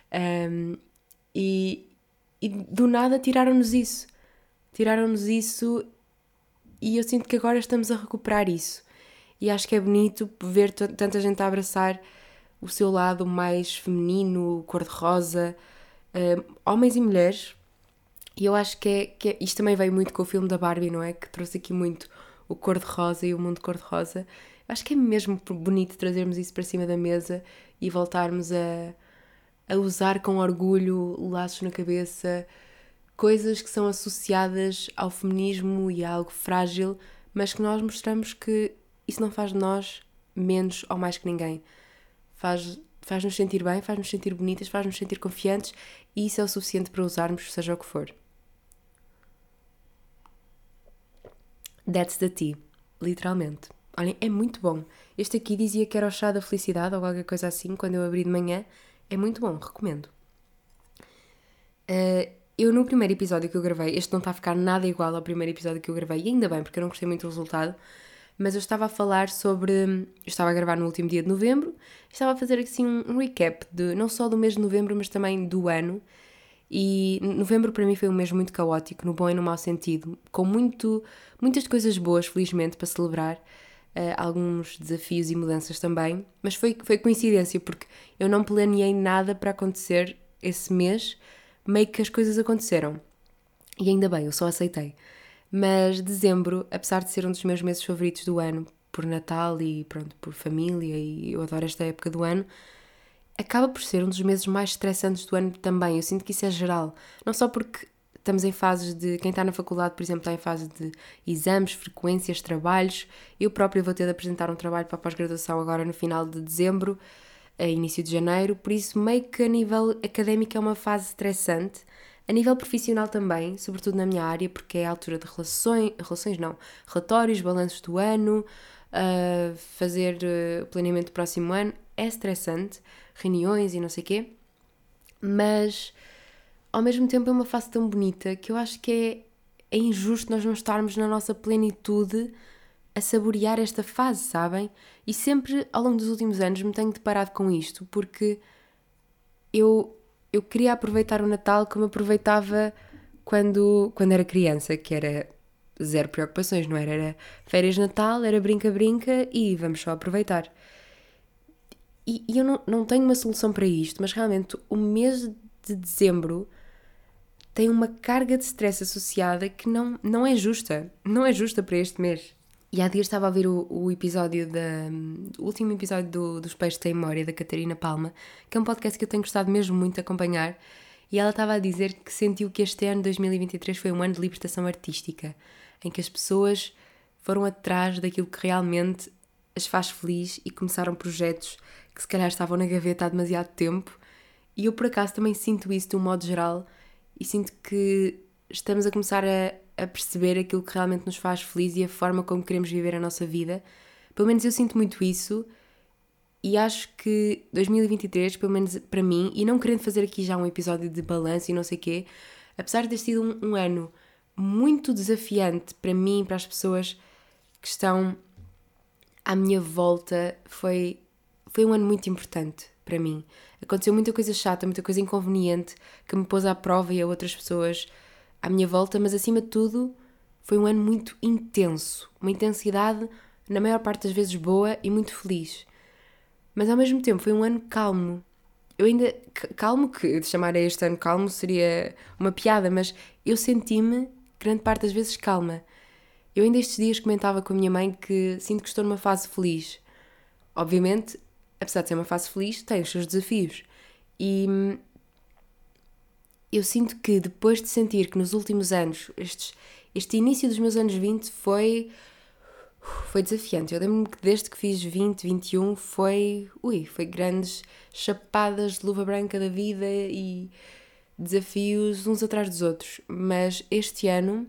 E do nada tiraram-nos isso. Tiraram-nos isso e eu sinto que agora estamos a recuperar isso. E acho que é bonito ver tanta gente a abraçar o seu lado mais feminino, cor-de-rosa, homens e mulheres. E eu acho que isto também veio muito com o filme da Barbie, não é? Que trouxe aqui muito o cor-de-rosa e o mundo cor-de-rosa. Acho que é mesmo bonito trazermos isso para cima da mesa e voltarmos a usar com orgulho laços na cabeça, coisas que são associadas ao feminismo e a algo frágil, mas que nós mostramos que isso não faz de nós menos ou mais que ninguém. Faz-nos sentir bem, faz-nos sentir bonitas, faz-nos sentir confiantes e isso é o suficiente para usarmos, seja o que for. That's the tea. Literalmente. Olhem, é muito bom. Este aqui dizia que era o chá da felicidade ou qualquer coisa assim, quando eu abri de manhã. É muito bom, recomendo. Eu no primeiro episódio que eu gravei, este não está a ficar nada igual ao primeiro episódio que eu gravei, e ainda bem, porque eu não gostei muito do resultado, mas eu estava a falar sobre... Eu estava a gravar no último dia de novembro, estava a fazer assim um recap, não só do mês de novembro, mas também do ano. E novembro para mim foi um mês muito caótico, no bom e no mau sentido, com muitas coisas boas, felizmente, para celebrar, alguns desafios e mudanças também, mas foi coincidência, porque eu não planeei nada para acontecer esse mês, meio que as coisas aconteceram. E ainda bem, eu só aceitei. Mas dezembro, apesar de ser um dos meus meses favoritos do ano, por Natal e pronto, por família, e eu adoro esta época do ano, acaba por ser um dos meses mais estressantes do ano também. Eu sinto que isso é geral. Não só porque estamos em fases de... Quem está na faculdade, por exemplo, está em fase de exames, frequências, trabalhos. Eu própria vou ter de apresentar um trabalho para a pós-graduação agora no final de dezembro, a início de janeiro. Por isso, meio que a nível académico é uma fase estressante. A nível profissional também, sobretudo na minha área, porque é a altura de relatórios, balanços do ano, fazer planeamento do próximo ano. É estressante, reuniões e não sei o quê, mas ao mesmo tempo é uma fase tão bonita que eu acho que é injusto nós não estarmos na nossa plenitude a saborear esta fase, sabem? E sempre ao longo dos últimos anos me tenho deparado com isto, porque eu queria aproveitar o Natal como aproveitava quando era criança, que era zero preocupações, não era? Era férias de Natal, era brinca-brinca e vamos só aproveitar. E eu não tenho uma solução para isto, mas realmente o mês de dezembro tem uma carga de stress associada que não é justa. Não é justa para este mês. E há dias estava a ouvir o episódio o último episódio dos Peixes Têm Memória, da Catarina Palma, que é um podcast que eu tenho gostado mesmo muito de acompanhar, e ela estava a dizer que sentiu que este ano, 2023, foi um ano de libertação artística, em que as pessoas foram atrás daquilo que realmente as faz feliz e começaram projetos que se calhar estavam na gaveta há demasiado tempo. E eu por acaso também sinto isso de um modo geral, e sinto que estamos a começar a perceber aquilo que realmente nos faz feliz e a forma como queremos viver a nossa vida. Pelo menos eu sinto muito isso, E acho que 2023, pelo menos para mim, e não querendo fazer aqui já um episódio de balanço e não sei o quê, apesar de ter sido um ano muito desafiante para mim, para as pessoas que estão à minha volta, foi um ano muito importante para mim. Aconteceu muita coisa chata, muita coisa inconveniente que me pôs à prova e a outras pessoas à minha volta, mas acima de tudo foi um ano muito intenso, uma intensidade na maior parte das vezes boa e muito feliz. Mas ao mesmo tempo foi um ano calmo. Eu ainda... Calmo, que de chamar a este ano calmo seria uma piada, mas eu senti-me grande parte das vezes calma. Eu ainda estes dias comentava com a minha mãe que sinto que estou numa fase feliz. Obviamente, apesar de ser uma fase feliz, tem os seus desafios. E eu sinto que depois de sentir que nos últimos anos, este início dos meus anos 20 foi desafiante. Eu lembro-me que desde que fiz 20, 21 foi grandes chapadas de luva branca da vida e desafios uns atrás dos outros. Mas este ano,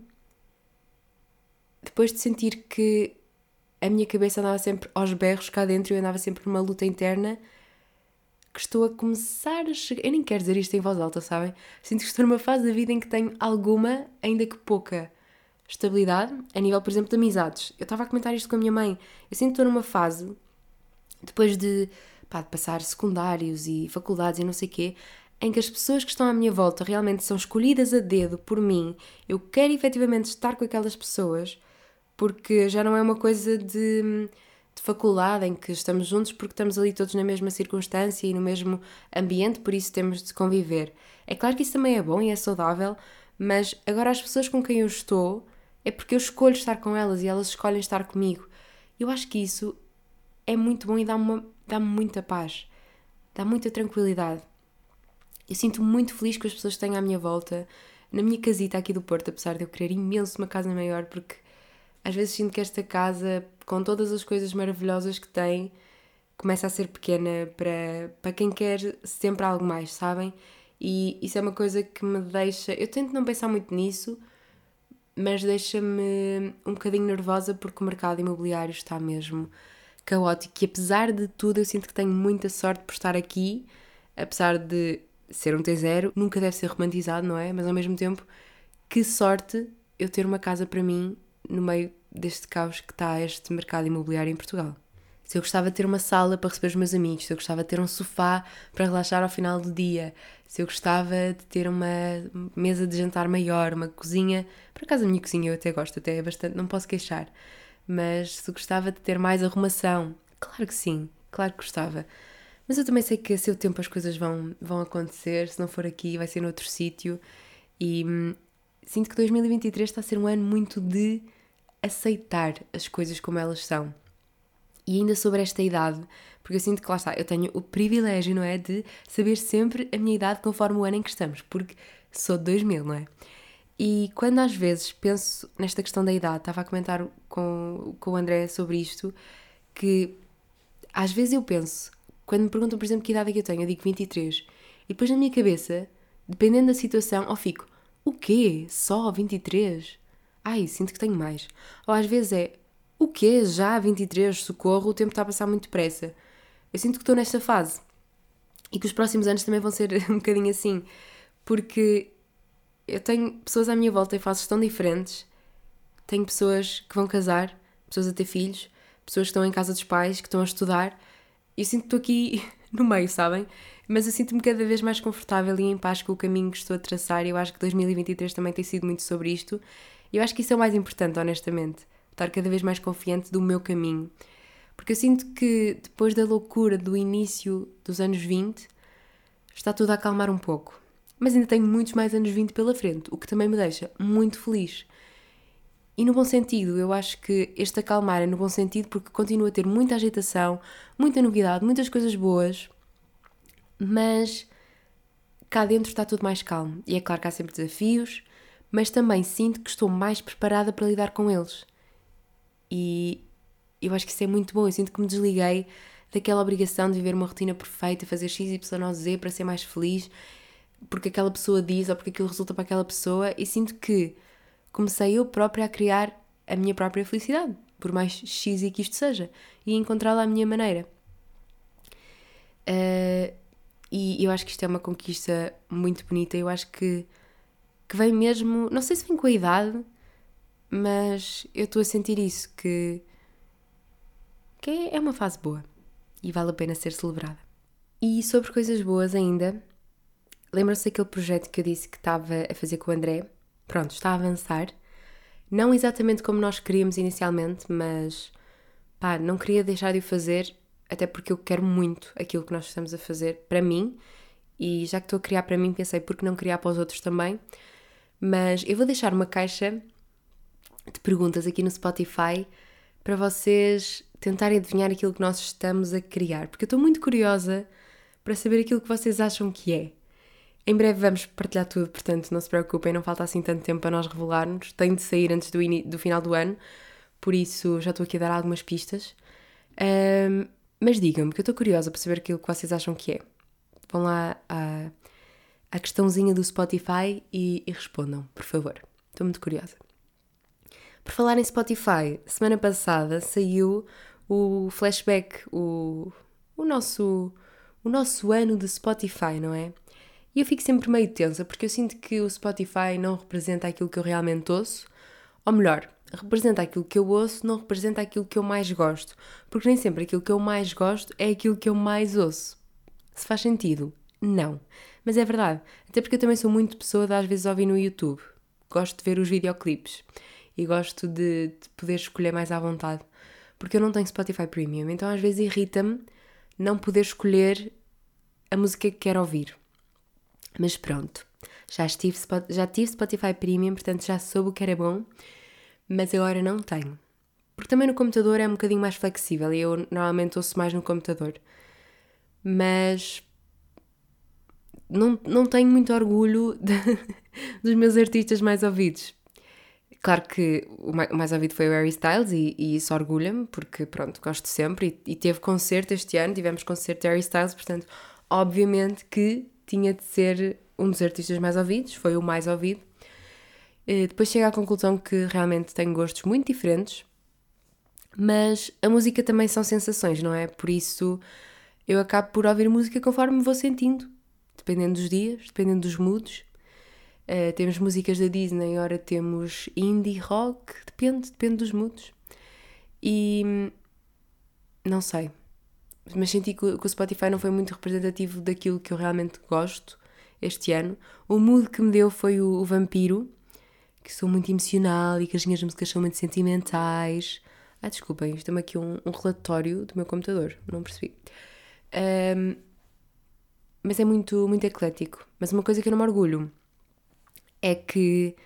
depois de sentir que a minha cabeça andava sempre aos berros cá dentro e eu andava sempre numa luta interna, que estou a começar a chegar... Eu nem quero dizer isto em voz alta, sabem? Sinto que estou numa fase da vida em que tenho alguma, ainda que pouca, estabilidade, a nível, por exemplo, de amizades. Eu estava a comentar isto com a minha mãe. Eu sinto que estou numa fase, depois de passar secundários e faculdades e não sei o quê, em que as pessoas que estão à minha volta realmente são escolhidas a dedo por mim. Eu quero efetivamente estar com aquelas pessoas, porque já não é uma coisa de faculdade em que estamos juntos porque estamos ali todos na mesma circunstância e no mesmo ambiente, por isso temos de conviver. É claro que isso também é bom e é saudável, mas agora as pessoas com quem eu estou é porque eu escolho estar com elas e elas escolhem estar comigo. Eu acho que isso é muito bom e dá-me muita paz, dá muita tranquilidade. Eu sinto-me muito feliz com as pessoas que tenho à minha volta, na minha casita aqui do Porto, apesar de eu querer imenso uma casa maior, porque às vezes sinto que esta casa, com todas as coisas maravilhosas que tem, começa a ser pequena para quem quer sempre algo mais, sabem? E isso é uma coisa que me deixa... Eu tento não pensar muito nisso, mas deixa-me um bocadinho nervosa porque o mercado imobiliário está mesmo caótico. E apesar de tudo, eu sinto que tenho muita sorte por estar aqui, apesar de ser um T0, nunca deve ser romantizado, não é? Mas ao mesmo tempo, que sorte eu ter uma casa para mim no meio deste caos que está este mercado imobiliário em Portugal. Se eu gostava de ter uma sala para receber os meus amigos, se eu gostava de ter um sofá para relaxar ao final do dia, se eu gostava de ter uma mesa de jantar maior, uma cozinha... Por acaso a minha cozinha eu até gosto, até é bastante, não posso queixar. Mas se eu gostava de ter mais arrumação, claro que sim, claro que gostava. Mas eu também sei que a seu tempo as coisas vão acontecer, se não for aqui vai ser noutro sítio. E sinto que 2023 está a ser um ano muito de aceitar as coisas como elas são. E ainda sobre esta idade, porque eu sinto que lá está, eu tenho o privilégio, não é, de saber sempre a minha idade conforme o ano em que estamos, porque sou de 2000, não é? E quando às vezes penso nesta questão da idade, estava a comentar com o André sobre isto, que às vezes eu penso, quando me perguntam, por exemplo, que idade é que eu tenho, eu digo 23, e depois na minha cabeça, dependendo da situação, ou fico, o quê? Só 23? Ai, sinto que tenho mais. Ou às vezes é, o quê? Já 23? Socorro, o tempo está a passar muito depressa. Eu sinto que estou nesta fase. E que os próximos anos também vão ser um bocadinho assim. Porque eu tenho pessoas à minha volta em fases tão diferentes. Tenho pessoas que vão casar, pessoas a ter filhos, pessoas que estão em casa dos pais, que estão a estudar. E eu sinto que estou aqui no meio, sabem? Mas eu sinto-me cada vez mais confortável e em paz com o caminho que estou a traçar. E eu acho que 2023 também tem sido muito sobre isto. E eu acho que isso é o mais importante, honestamente. Estar cada vez mais confiante do meu caminho. Porque eu sinto que depois da loucura do início dos anos 20, está tudo a acalmar um pouco. Mas ainda tenho muitos mais anos 20 pela frente, o que também me deixa muito feliz. E no bom sentido, eu acho que este acalmar é no bom sentido porque continuo a ter muita agitação, muita novidade, muitas coisas boas, mas cá dentro está tudo mais calmo. E é claro que há sempre desafios, mas também sinto que estou mais preparada para lidar com eles. E eu acho que isso é muito bom. Eu sinto que me desliguei daquela obrigação de viver uma rotina perfeita, fazer X, Y, Z para ser mais feliz, porque aquela pessoa diz ou porque aquilo resulta para aquela pessoa, e sinto que comecei eu própria a criar a minha própria felicidade, por mais X que isto seja, e encontrá-la à minha maneira. E eu acho que isto é uma conquista muito bonita. Eu acho que vem mesmo, não sei se vem com a idade, mas eu estou a sentir isso, que é uma fase boa e vale a pena ser celebrada. E sobre coisas boas ainda, lembram-se daquele projeto que eu disse que estava a fazer com o André? Pronto, está a avançar. Não exatamente como nós queríamos inicialmente, mas não queria deixar de o fazer, até porque eu quero muito aquilo que nós estamos a fazer para mim, e já que estou a criar para mim, pensei por que não criar para os outros também. Mas eu vou deixar uma caixa de perguntas aqui no Spotify para vocês tentarem adivinhar aquilo que nós estamos a criar, porque eu estou muito curiosa para saber aquilo que vocês acham que é. Em breve vamos partilhar tudo, portanto não se preocupem, não falta assim tanto tempo para nós revelarmos. Tem de sair antes do final do ano, por isso já estou aqui a dar algumas pistas. Mas digam-me, que eu estou curiosa para saber aquilo que vocês acham que é. Vão lá à questãozinha do Spotify e respondam, por favor. Estou muito curiosa. Por falar em Spotify, semana passada saiu o flashback, o nosso ano de Spotify, não é? E eu fico sempre meio tensa, porque eu sinto que o Spotify não representa aquilo que eu realmente ouço, ou melhor, representa aquilo que eu ouço, não representa aquilo que eu mais gosto, porque nem sempre aquilo que eu mais gosto é aquilo que eu mais ouço. Se faz sentido? Não. Mas é verdade, até porque eu também sou muito pessoa de às vezes ouvir no YouTube. Gosto de ver os videoclipes e gosto de poder escolher mais à vontade, porque eu não tenho Spotify Premium, então às vezes irrita-me não poder escolher a música que quero ouvir. Mas pronto, já tive Spotify Premium, portanto já soube o que era bom, mas agora não tenho. Porque também no computador é um bocadinho mais flexível e eu normalmente ouço mais no computador. Mas não tenho muito orgulho dos meus artistas mais ouvidos. Claro que o mais ouvido foi o Harry Styles e isso orgulha-me, porque pronto, gosto sempre e teve concerto este ano, tivemos concerto de Harry Styles, portanto, obviamente que tinha de ser um dos artistas mais ouvidos, foi o mais ouvido. Depois chego à conclusão que realmente tenho gostos muito diferentes, mas a música também são sensações, não é? Por isso eu acabo por ouvir música conforme me vou sentindo, dependendo dos dias, dependendo dos moods. Temos músicas da Disney, ora temos indie rock, depende dos moods. E não sei, mas senti que o Spotify não foi muito representativo daquilo que eu realmente gosto este ano. O mood que me deu foi o Vampiro, que sou muito emocional e que as minhas músicas são muito sentimentais. Desculpem, isto é aqui um relatório do meu computador, não percebi. Mas é muito, muito eclético. Mas uma coisa que eu não me orgulho é que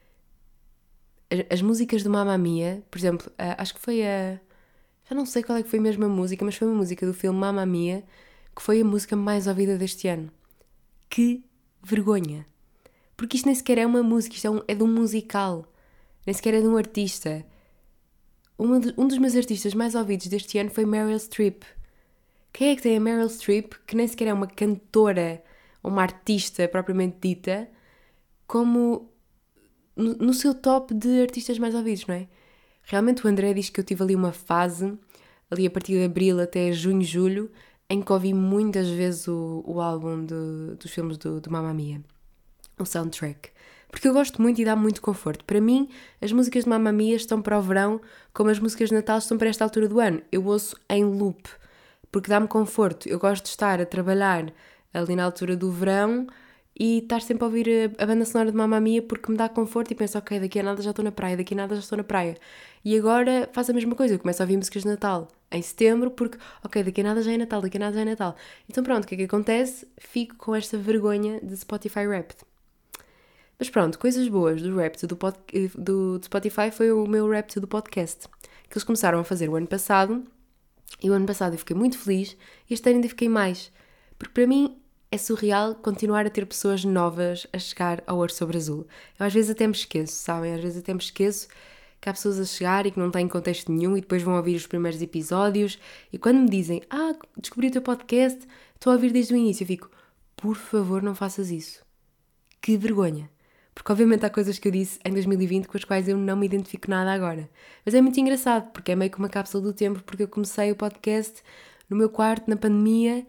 as músicas do Mamma Mia, por exemplo, acho que foi já não sei qual é que foi mesmo a música, mas foi uma música do filme Mamma Mia, que foi a música mais ouvida deste ano. Que vergonha! Porque isto nem sequer é uma música, isto é de um musical. Nem sequer é de um artista. Um dos meus artistas mais ouvidos deste ano foi Meryl Streep. Quem é que tem a Meryl Streep, que nem sequer é uma cantora ou uma artista propriamente dita, como no seu top de artistas mais ouvidos, não é? Realmente o André diz que eu tive ali uma fase, ali a partir de abril até junho, julho, em que ouvi muitas vezes o álbum dos filmes do Mamma Mia, o soundtrack. Porque eu gosto muito e dá muito conforto. Para mim, as músicas de Mamma Mia estão para o verão, como as músicas de Natal estão para esta altura do ano. Eu ouço em loop, porque dá-me conforto. Eu gosto de estar a trabalhar ali na altura do verão e estar sempre a ouvir a banda sonora de Mamma Mia, porque me dá conforto e penso, ok, daqui a nada já estou na praia, daqui a nada já estou na praia. E agora faço a mesma coisa, eu começo a ouvir músicas de Natal em setembro, porque, ok, daqui a nada já é Natal, daqui a nada já é Natal. Então pronto, o que é que acontece? Fico com esta vergonha de Spotify Wrapped. Mas pronto, coisas boas do Wrapped do Spotify foi o meu Wrapped do podcast, que eles começaram a fazer o ano passado, e o ano passado eu fiquei muito feliz, e este ano ainda fiquei mais, porque para mim é surreal continuar a ter pessoas novas a chegar ao Ouro Sobre Azul. Eu às vezes até me esqueço, sabem? Às vezes até me esqueço que há pessoas a chegar e que não têm contexto nenhum e depois vão ouvir os primeiros episódios e quando me dizem, descobri o teu podcast, estou a ouvir desde o início, eu fico, por favor não faças isso. Que vergonha. Porque obviamente há coisas que eu disse em 2020 com as quais eu não me identifico nada agora. Mas é muito engraçado, porque é meio que uma cápsula do tempo, porque eu comecei o podcast no meu quarto, na pandemia,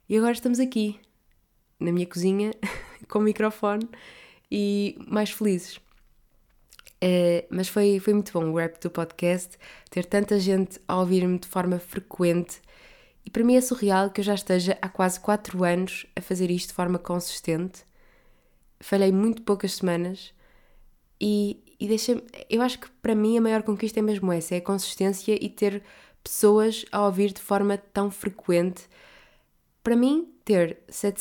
E agora estamos aqui, na minha cozinha, com o microfone e mais felizes. Mas foi muito bom o rap do podcast, ter tanta gente a ouvir-me de forma frequente. E para mim é surreal que eu já esteja há quase 4 anos a fazer isto de forma consistente. Falhei muito poucas semanas e deixa-me... Eu acho que para mim a maior conquista é mesmo essa, é a consistência e ter pessoas a ouvir de forma tão frequente. Para mim, ter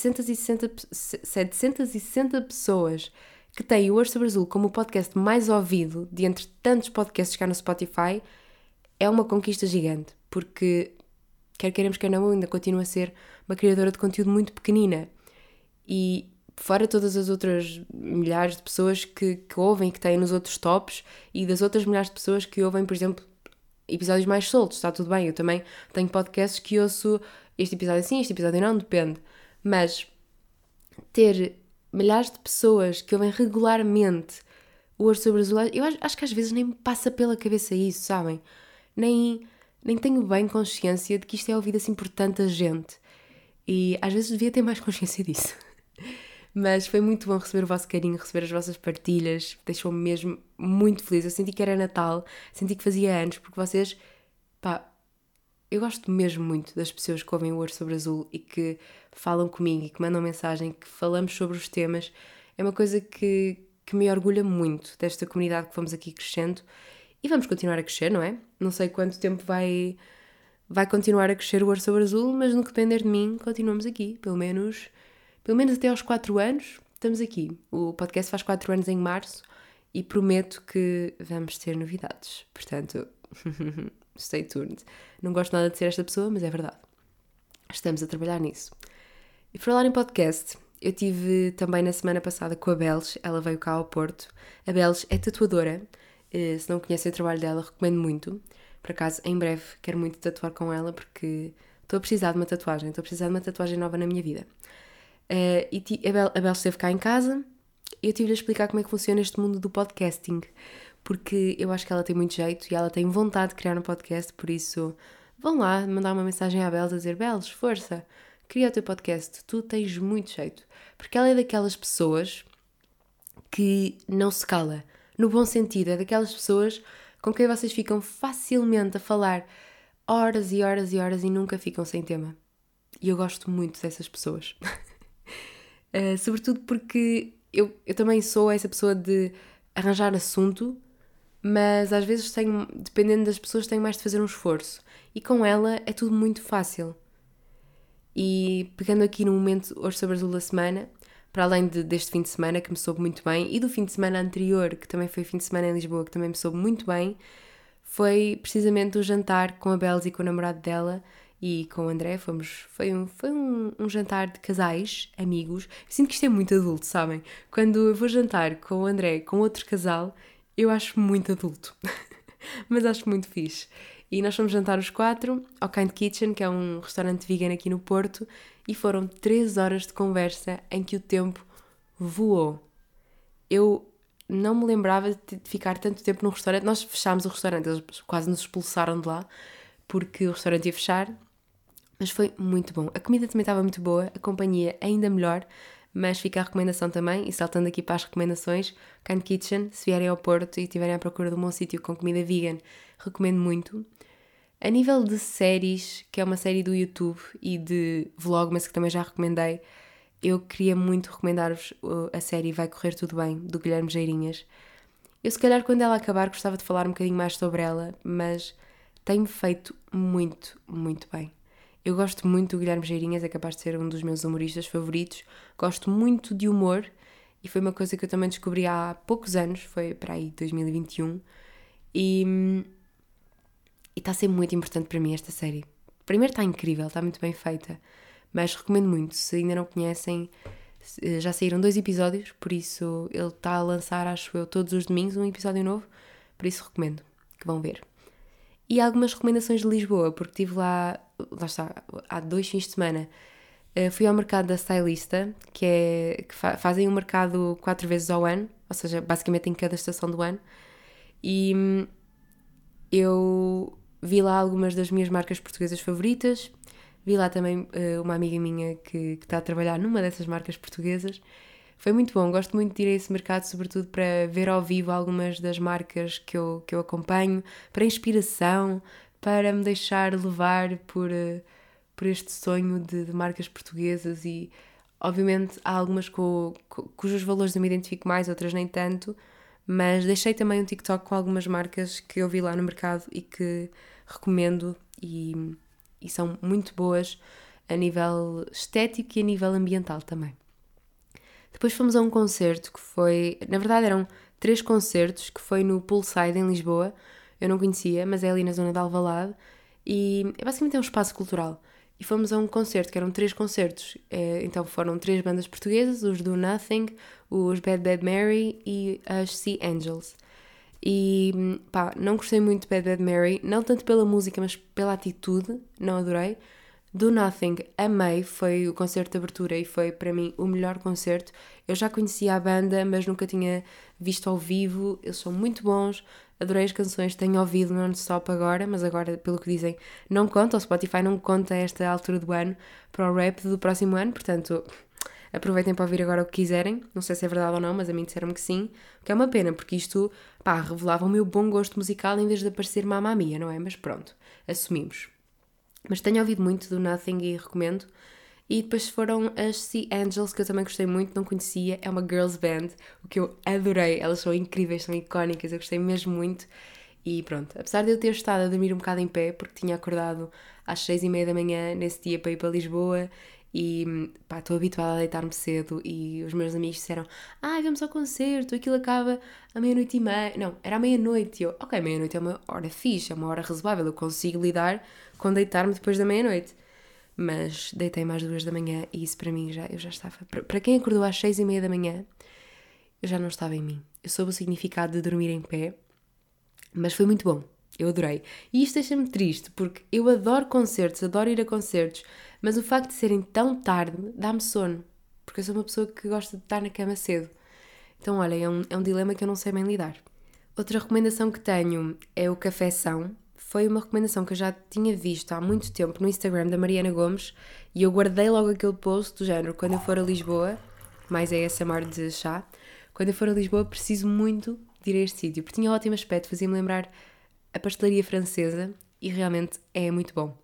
760 pessoas que têm o Ouro Sobre Azul como o podcast mais ouvido de entre tantos podcasts que há no Spotify é uma conquista gigante, porque quer queiramos, quer não, ainda continuo a ser uma criadora de conteúdo muito pequenina e fora todas as outras milhares de pessoas que ouvem, que têm nos outros tops e das outras milhares de pessoas que ouvem, por exemplo, episódios mais soltos, está tudo bem, eu também tenho podcasts que ouço este episódio sim, este episódio não, depende, mas ter milhares de pessoas que ouvem regularmente o Ouro Sobre Azul, eu acho que às vezes nem me passa pela cabeça isso, sabem? Nem tenho bem consciência de que isto é ouvido assim por tanta gente. E às vezes devia ter mais consciência disso. Mas foi muito bom receber o vosso carinho, receber as vossas partilhas, deixou-me mesmo muito feliz. Eu senti que era Natal, senti que fazia anos, porque vocês, pá, eu gosto mesmo muito das pessoas que ouvem o Ouro Sobre Azul e que falam comigo e que mandam mensagem, que falamos sobre os temas. É uma coisa que me orgulha muito desta comunidade que fomos aqui crescendo e vamos continuar a crescer, não é? Não sei quanto tempo vai continuar a crescer o Ouro Sobre Azul, mas no que depender de mim, continuamos aqui, pelo menos até aos 4 anos, estamos aqui. O podcast faz 4 anos em março e prometo que vamos ter novidades. Portanto, stay tuned. Não gosto nada de ser esta pessoa, mas é verdade. Estamos a trabalhar nisso. E por falar em podcast, eu tive também na semana passada com a Beles, ela veio cá ao Porto. A Beles é tatuadora, se não conhecem o trabalho dela, recomendo muito. Por acaso, em breve, quero muito tatuar com ela porque estou a precisar de uma tatuagem nova na minha vida. A Bel esteve cá em casa e eu tive-lhe a explicar como é que funciona este mundo do podcasting, porque eu acho que ela tem muito jeito e ela tem vontade de criar um podcast, por isso vão lá mandar uma mensagem à Beles a dizer: Beles, força, cria o teu podcast, tu tens muito jeito. Porque ela é daquelas pessoas que não se cala, no bom sentido, é daquelas pessoas com quem vocês ficam facilmente a falar horas e horas e horas e nunca ficam sem tema. E eu gosto muito dessas pessoas. Sobretudo porque eu também sou essa pessoa de arranjar assunto, mas às vezes tenho, dependendo das pessoas, tenho mais de fazer um esforço. E com ela é tudo muito fácil. E pegando aqui no momento Hoje Sobre Azul da semana, para além deste fim de semana que me soube muito bem, e do fim de semana anterior, que também foi fim de semana em Lisboa, que também me soube muito bem, foi precisamente o jantar com a Beles e com o namorado dela e com o André. Foi um jantar de casais, amigos. Eu sinto que isto é muito adulto, sabem? Quando eu vou jantar com o André, com outro casal, eu acho muito adulto. Mas acho muito fixe. E nós fomos jantar os 4 ao Kind Kitchen, que é um restaurante vegan aqui no Porto, e foram 3 horas de conversa em que o tempo voou. Eu não me lembrava de ficar tanto tempo num restaurante. Nós fechámos o restaurante, eles quase nos expulsaram de lá, porque o restaurante ia fechar, mas foi muito bom. A comida também estava muito boa, a companhia ainda melhor, mas fica a recomendação também, e saltando aqui para as recomendações, Kind Kitchen, se vierem ao Porto e estiverem à procura de um bom sítio com comida vegan, recomendo muito. A nível de séries, que é uma série do YouTube e de Vlogmas, que também já recomendei, eu queria muito recomendar-vos a série Vai Correr Tudo Bem, do Guilherme Geirinhas. Eu se calhar quando ela acabar gostava de falar um bocadinho mais sobre ela, mas tem-me feito muito, muito bem. Eu gosto muito do Guilherme Geirinhas, é capaz de ser um dos meus humoristas favoritos. Gosto muito de humor e foi uma coisa que eu também descobri há poucos anos, foi para aí 2021. E está a ser muito importante para mim esta série. Primeiro está incrível, está muito bem feita, mas recomendo muito. Se ainda não conhecem, já saíram 2 episódios, por isso ele está a lançar, acho eu, todos os domingos um episódio novo, por isso recomendo que vão ver. E algumas recomendações de Lisboa, porque estive lá está, há 2 fins de semana. Fui ao mercado da Stylista, que fazem um mercado 4 vezes ao ano, ou seja, basicamente em cada estação do ano. E eu vi lá algumas das minhas marcas portuguesas favoritas, Vi lá também uma amiga minha que está a trabalhar numa dessas marcas portuguesas. Foi muito bom, gosto muito de ir a esse mercado, sobretudo para ver ao vivo algumas das marcas que eu acompanho, para inspiração, para me deixar levar por este sonho de marcas portuguesas e, obviamente, há algumas cujos valores eu me identifico mais, outras nem tanto, mas deixei também um TikTok com algumas marcas que eu vi lá no mercado e que recomendo e são muito boas a nível estético e a nível ambiental também. Depois fomos a um concerto que foi... Na verdade eram 3 concertos, que foi no Poolside em Lisboa. Eu não conhecia, mas é ali na zona de Alvalade. E basicamente é um espaço cultural. E fomos a um concerto, que eram 3 concertos. Então foram 3 bandas portuguesas, os Do Nothing, os Bad Bad Mary e as Sea Angels. E pá, não gostei muito de Bad Bad Mary, não tanto pela música, mas pela atitude, não adorei. Do Nothing, amei, foi o concerto de abertura e foi para mim o melhor concerto. Eu já conhecia a banda, mas nunca tinha visto ao vivo, eles são muito bons, adorei as canções, tenho ouvido non-stop agora, mas agora, pelo que dizem, não conta, o Spotify não conta esta altura do ano para o rap do próximo ano, portanto aproveitem para ouvir agora o que quiserem, não sei se é verdade ou não, mas a mim disseram-me que sim, o que é uma pena, porque isto, pá, revelava o meu bom gosto musical em vez de aparecer Mamma Mia, não é? Mas pronto, assumimos. Mas tenho ouvido muito do Nothing e recomendo. E depois foram as Sea Angels, que eu também gostei muito, não conhecia. É uma girls band, o que eu adorei. Elas são incríveis, são icónicas, eu gostei mesmo muito. E pronto, apesar de eu ter estado a dormir um bocado em pé, porque tinha acordado às 6:30 da manhã nesse dia para ir para Lisboa, e pá, estou habituada a deitar-me cedo, e os meus amigos disseram: vamos ao concerto, aquilo acaba à 00:30. Não, era à meia-noite. E eu, ok, meia-noite é uma hora fixe, é uma hora razoável, eu consigo lidar com deitar-me depois da meia-noite. Mas deitei-me às 2 da manhã e isso para mim eu já estava... Para quem acordou às 6:30 da manhã, eu já não estava em mim. Eu soube o significado de dormir em pé, mas foi muito bom. Eu adorei. E isto deixa-me triste, porque eu adoro concertos, adoro ir a concertos, mas o facto de serem tão tarde dá-me sono, porque eu sou uma pessoa que gosta de estar na cama cedo. Então, olha, é um dilema que eu não sei bem lidar. Outra recomendação que tenho é o Caféção. Foi uma recomendação que eu já tinha visto há muito tempo no Instagram da Mariana Gomes e eu guardei logo aquele post do género: quando eu for a Lisboa, mais é ASMR de chá, quando eu for a Lisboa preciso muito de ir a este sítio, porque tinha ótimo aspecto, fazia-me lembrar a pastelaria francesa e realmente é muito bom.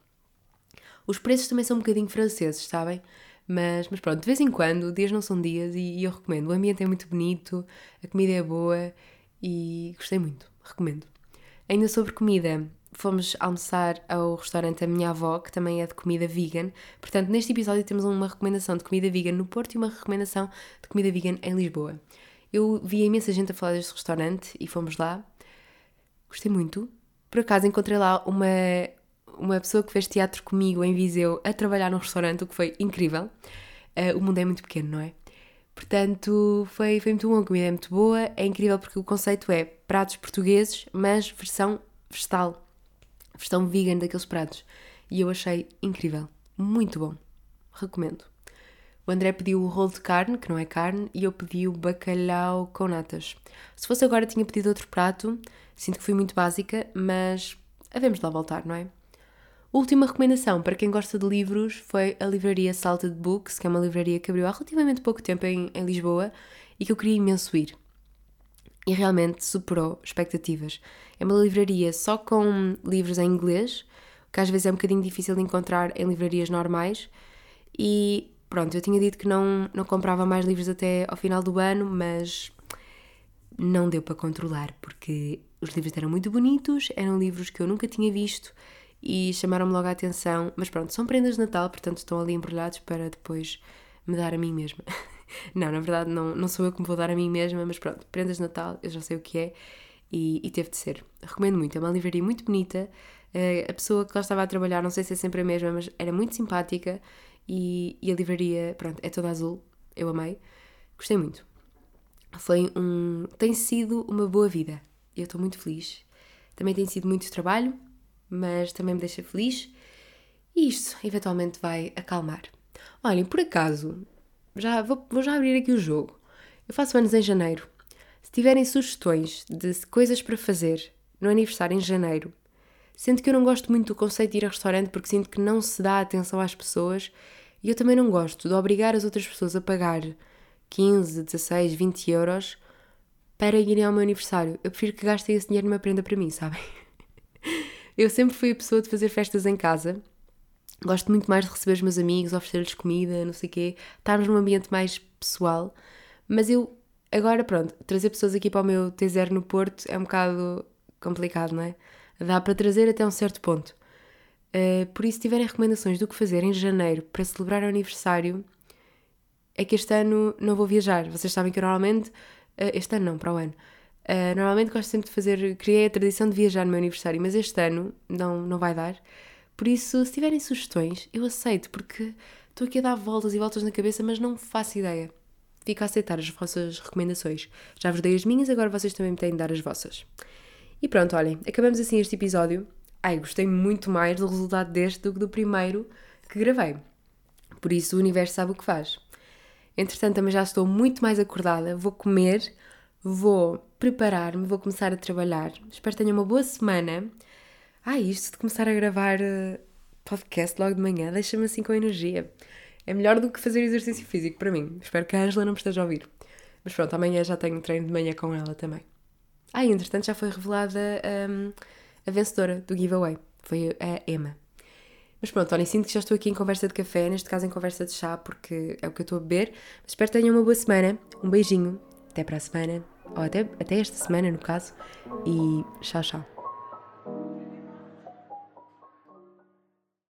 Os preços também são um bocadinho franceses, sabem? Mas pronto, de vez em quando, dias não são dias e eu recomendo. O ambiente é muito bonito, a comida é boa e gostei muito, recomendo. Ainda sobre comida, fomos almoçar ao restaurante da minha avó, que também é de comida vegan. Portanto, neste episódio temos uma recomendação de comida vegan no Porto e uma recomendação de comida vegan em Lisboa. Eu vi imensa gente a falar deste restaurante e fomos lá. Gostei muito. Por acaso encontrei lá uma pessoa que fez teatro comigo em Viseu a trabalhar num restaurante, o que foi incrível. O mundo é muito pequeno, não é? Portanto, foi muito bom, a comida é muito boa, é incrível porque o conceito é pratos portugueses, mas versão vegetal, versão vegan daqueles pratos. E eu achei incrível, muito bom, recomendo. O André pediu o rolo de carne, que não é carne, e eu pedi o bacalhau com natas. Se fosse agora tinha pedido outro prato, sinto que fui muito básica, mas havemos de lá voltar, não é? Última recomendação para quem gosta de livros foi a livraria Salted Books, que é uma livraria que abriu há relativamente pouco tempo em Lisboa e que eu queria imenso ir. E realmente superou expectativas. É uma livraria só com livros em inglês, que às vezes é um bocadinho difícil de encontrar em livrarias normais. E pronto, eu tinha dito que não comprava mais livros até ao final do ano, mas não deu para controlar, porque os livros eram muito bonitos, eram livros que eu nunca tinha visto e chamaram-me logo a atenção. Mas pronto, são prendas de Natal, portanto estão ali embrulhados para depois me dar a mim mesma. Não, na verdade não sou eu que me vou dar a mim mesma, mas pronto, prendas de Natal, eu já sei o que é e teve de ser. Recomendo muito, é uma livraria muito bonita. A pessoa que lá estava a trabalhar, não sei se é sempre a mesma, mas era muito simpática e a livraria, pronto, é toda azul, eu amei, gostei muito. Tem sido uma boa vida, eu estou muito feliz. Também tem sido muito trabalho, mas também me deixa feliz e isto eventualmente vai acalmar. Olhem, por acaso, vou já abrir aqui o jogo. Eu faço anos em janeiro. Se tiverem sugestões de coisas para fazer no aniversário em janeiro, Sendo que eu não gosto muito do conceito de ir a restaurante porque sinto que não se dá atenção às pessoas e eu também não gosto de obrigar as outras pessoas a pagar 15, 16, 20 euros para irem ao meu aniversário. Eu prefiro que gastem esse dinheiro numa prenda para mim, sabem? Eu sempre fui a pessoa de fazer festas em casa. Gosto muito mais de receber os meus amigos, oferecer-lhes comida, não sei o quê, estarmos num ambiente mais pessoal. Mas eu, agora pronto, trazer pessoas aqui para o meu T0 no Porto é um bocado complicado, não é? Dá para trazer até um certo ponto. Por isso, se tiverem recomendações do que fazer em janeiro para celebrar o aniversário, é que este ano não vou viajar. Vocês sabem que eu normalmente, este ano não, para o ano, normalmente gosto sempre de fazer, criei a tradição de viajar no meu aniversário, mas este ano não vai dar. Por isso, se tiverem sugestões, eu aceito, porque estou aqui a dar voltas e voltas na cabeça, mas não faço ideia. Fico a aceitar as vossas recomendações. Já vos dei as minhas, agora vocês também me têm de dar as vossas. E pronto, olhem, acabamos assim este episódio. Gostei muito mais do resultado deste do que do primeiro que gravei. Por isso o universo sabe o que faz. Entretanto, também já estou muito mais acordada. Vou comer, vou preparar-me, vou começar a trabalhar. Espero que tenham uma boa semana. Isto de começar a gravar podcast logo de manhã deixa-me assim com energia. É melhor do que fazer exercício físico para mim. Espero que a Ângela não me esteja a ouvir. Mas pronto, amanhã já tenho treino de manhã com ela também. Entretanto já foi revelada a vencedora do giveaway. Foi a Emma. Mas pronto, olhem, sinto que já estou aqui em conversa de café, neste caso em conversa de chá, porque é o que eu estou a beber. Mas espero que tenham uma boa semana. Um beijinho. Até para a semana. Ou até esta semana, no caso. E tchau, tchau.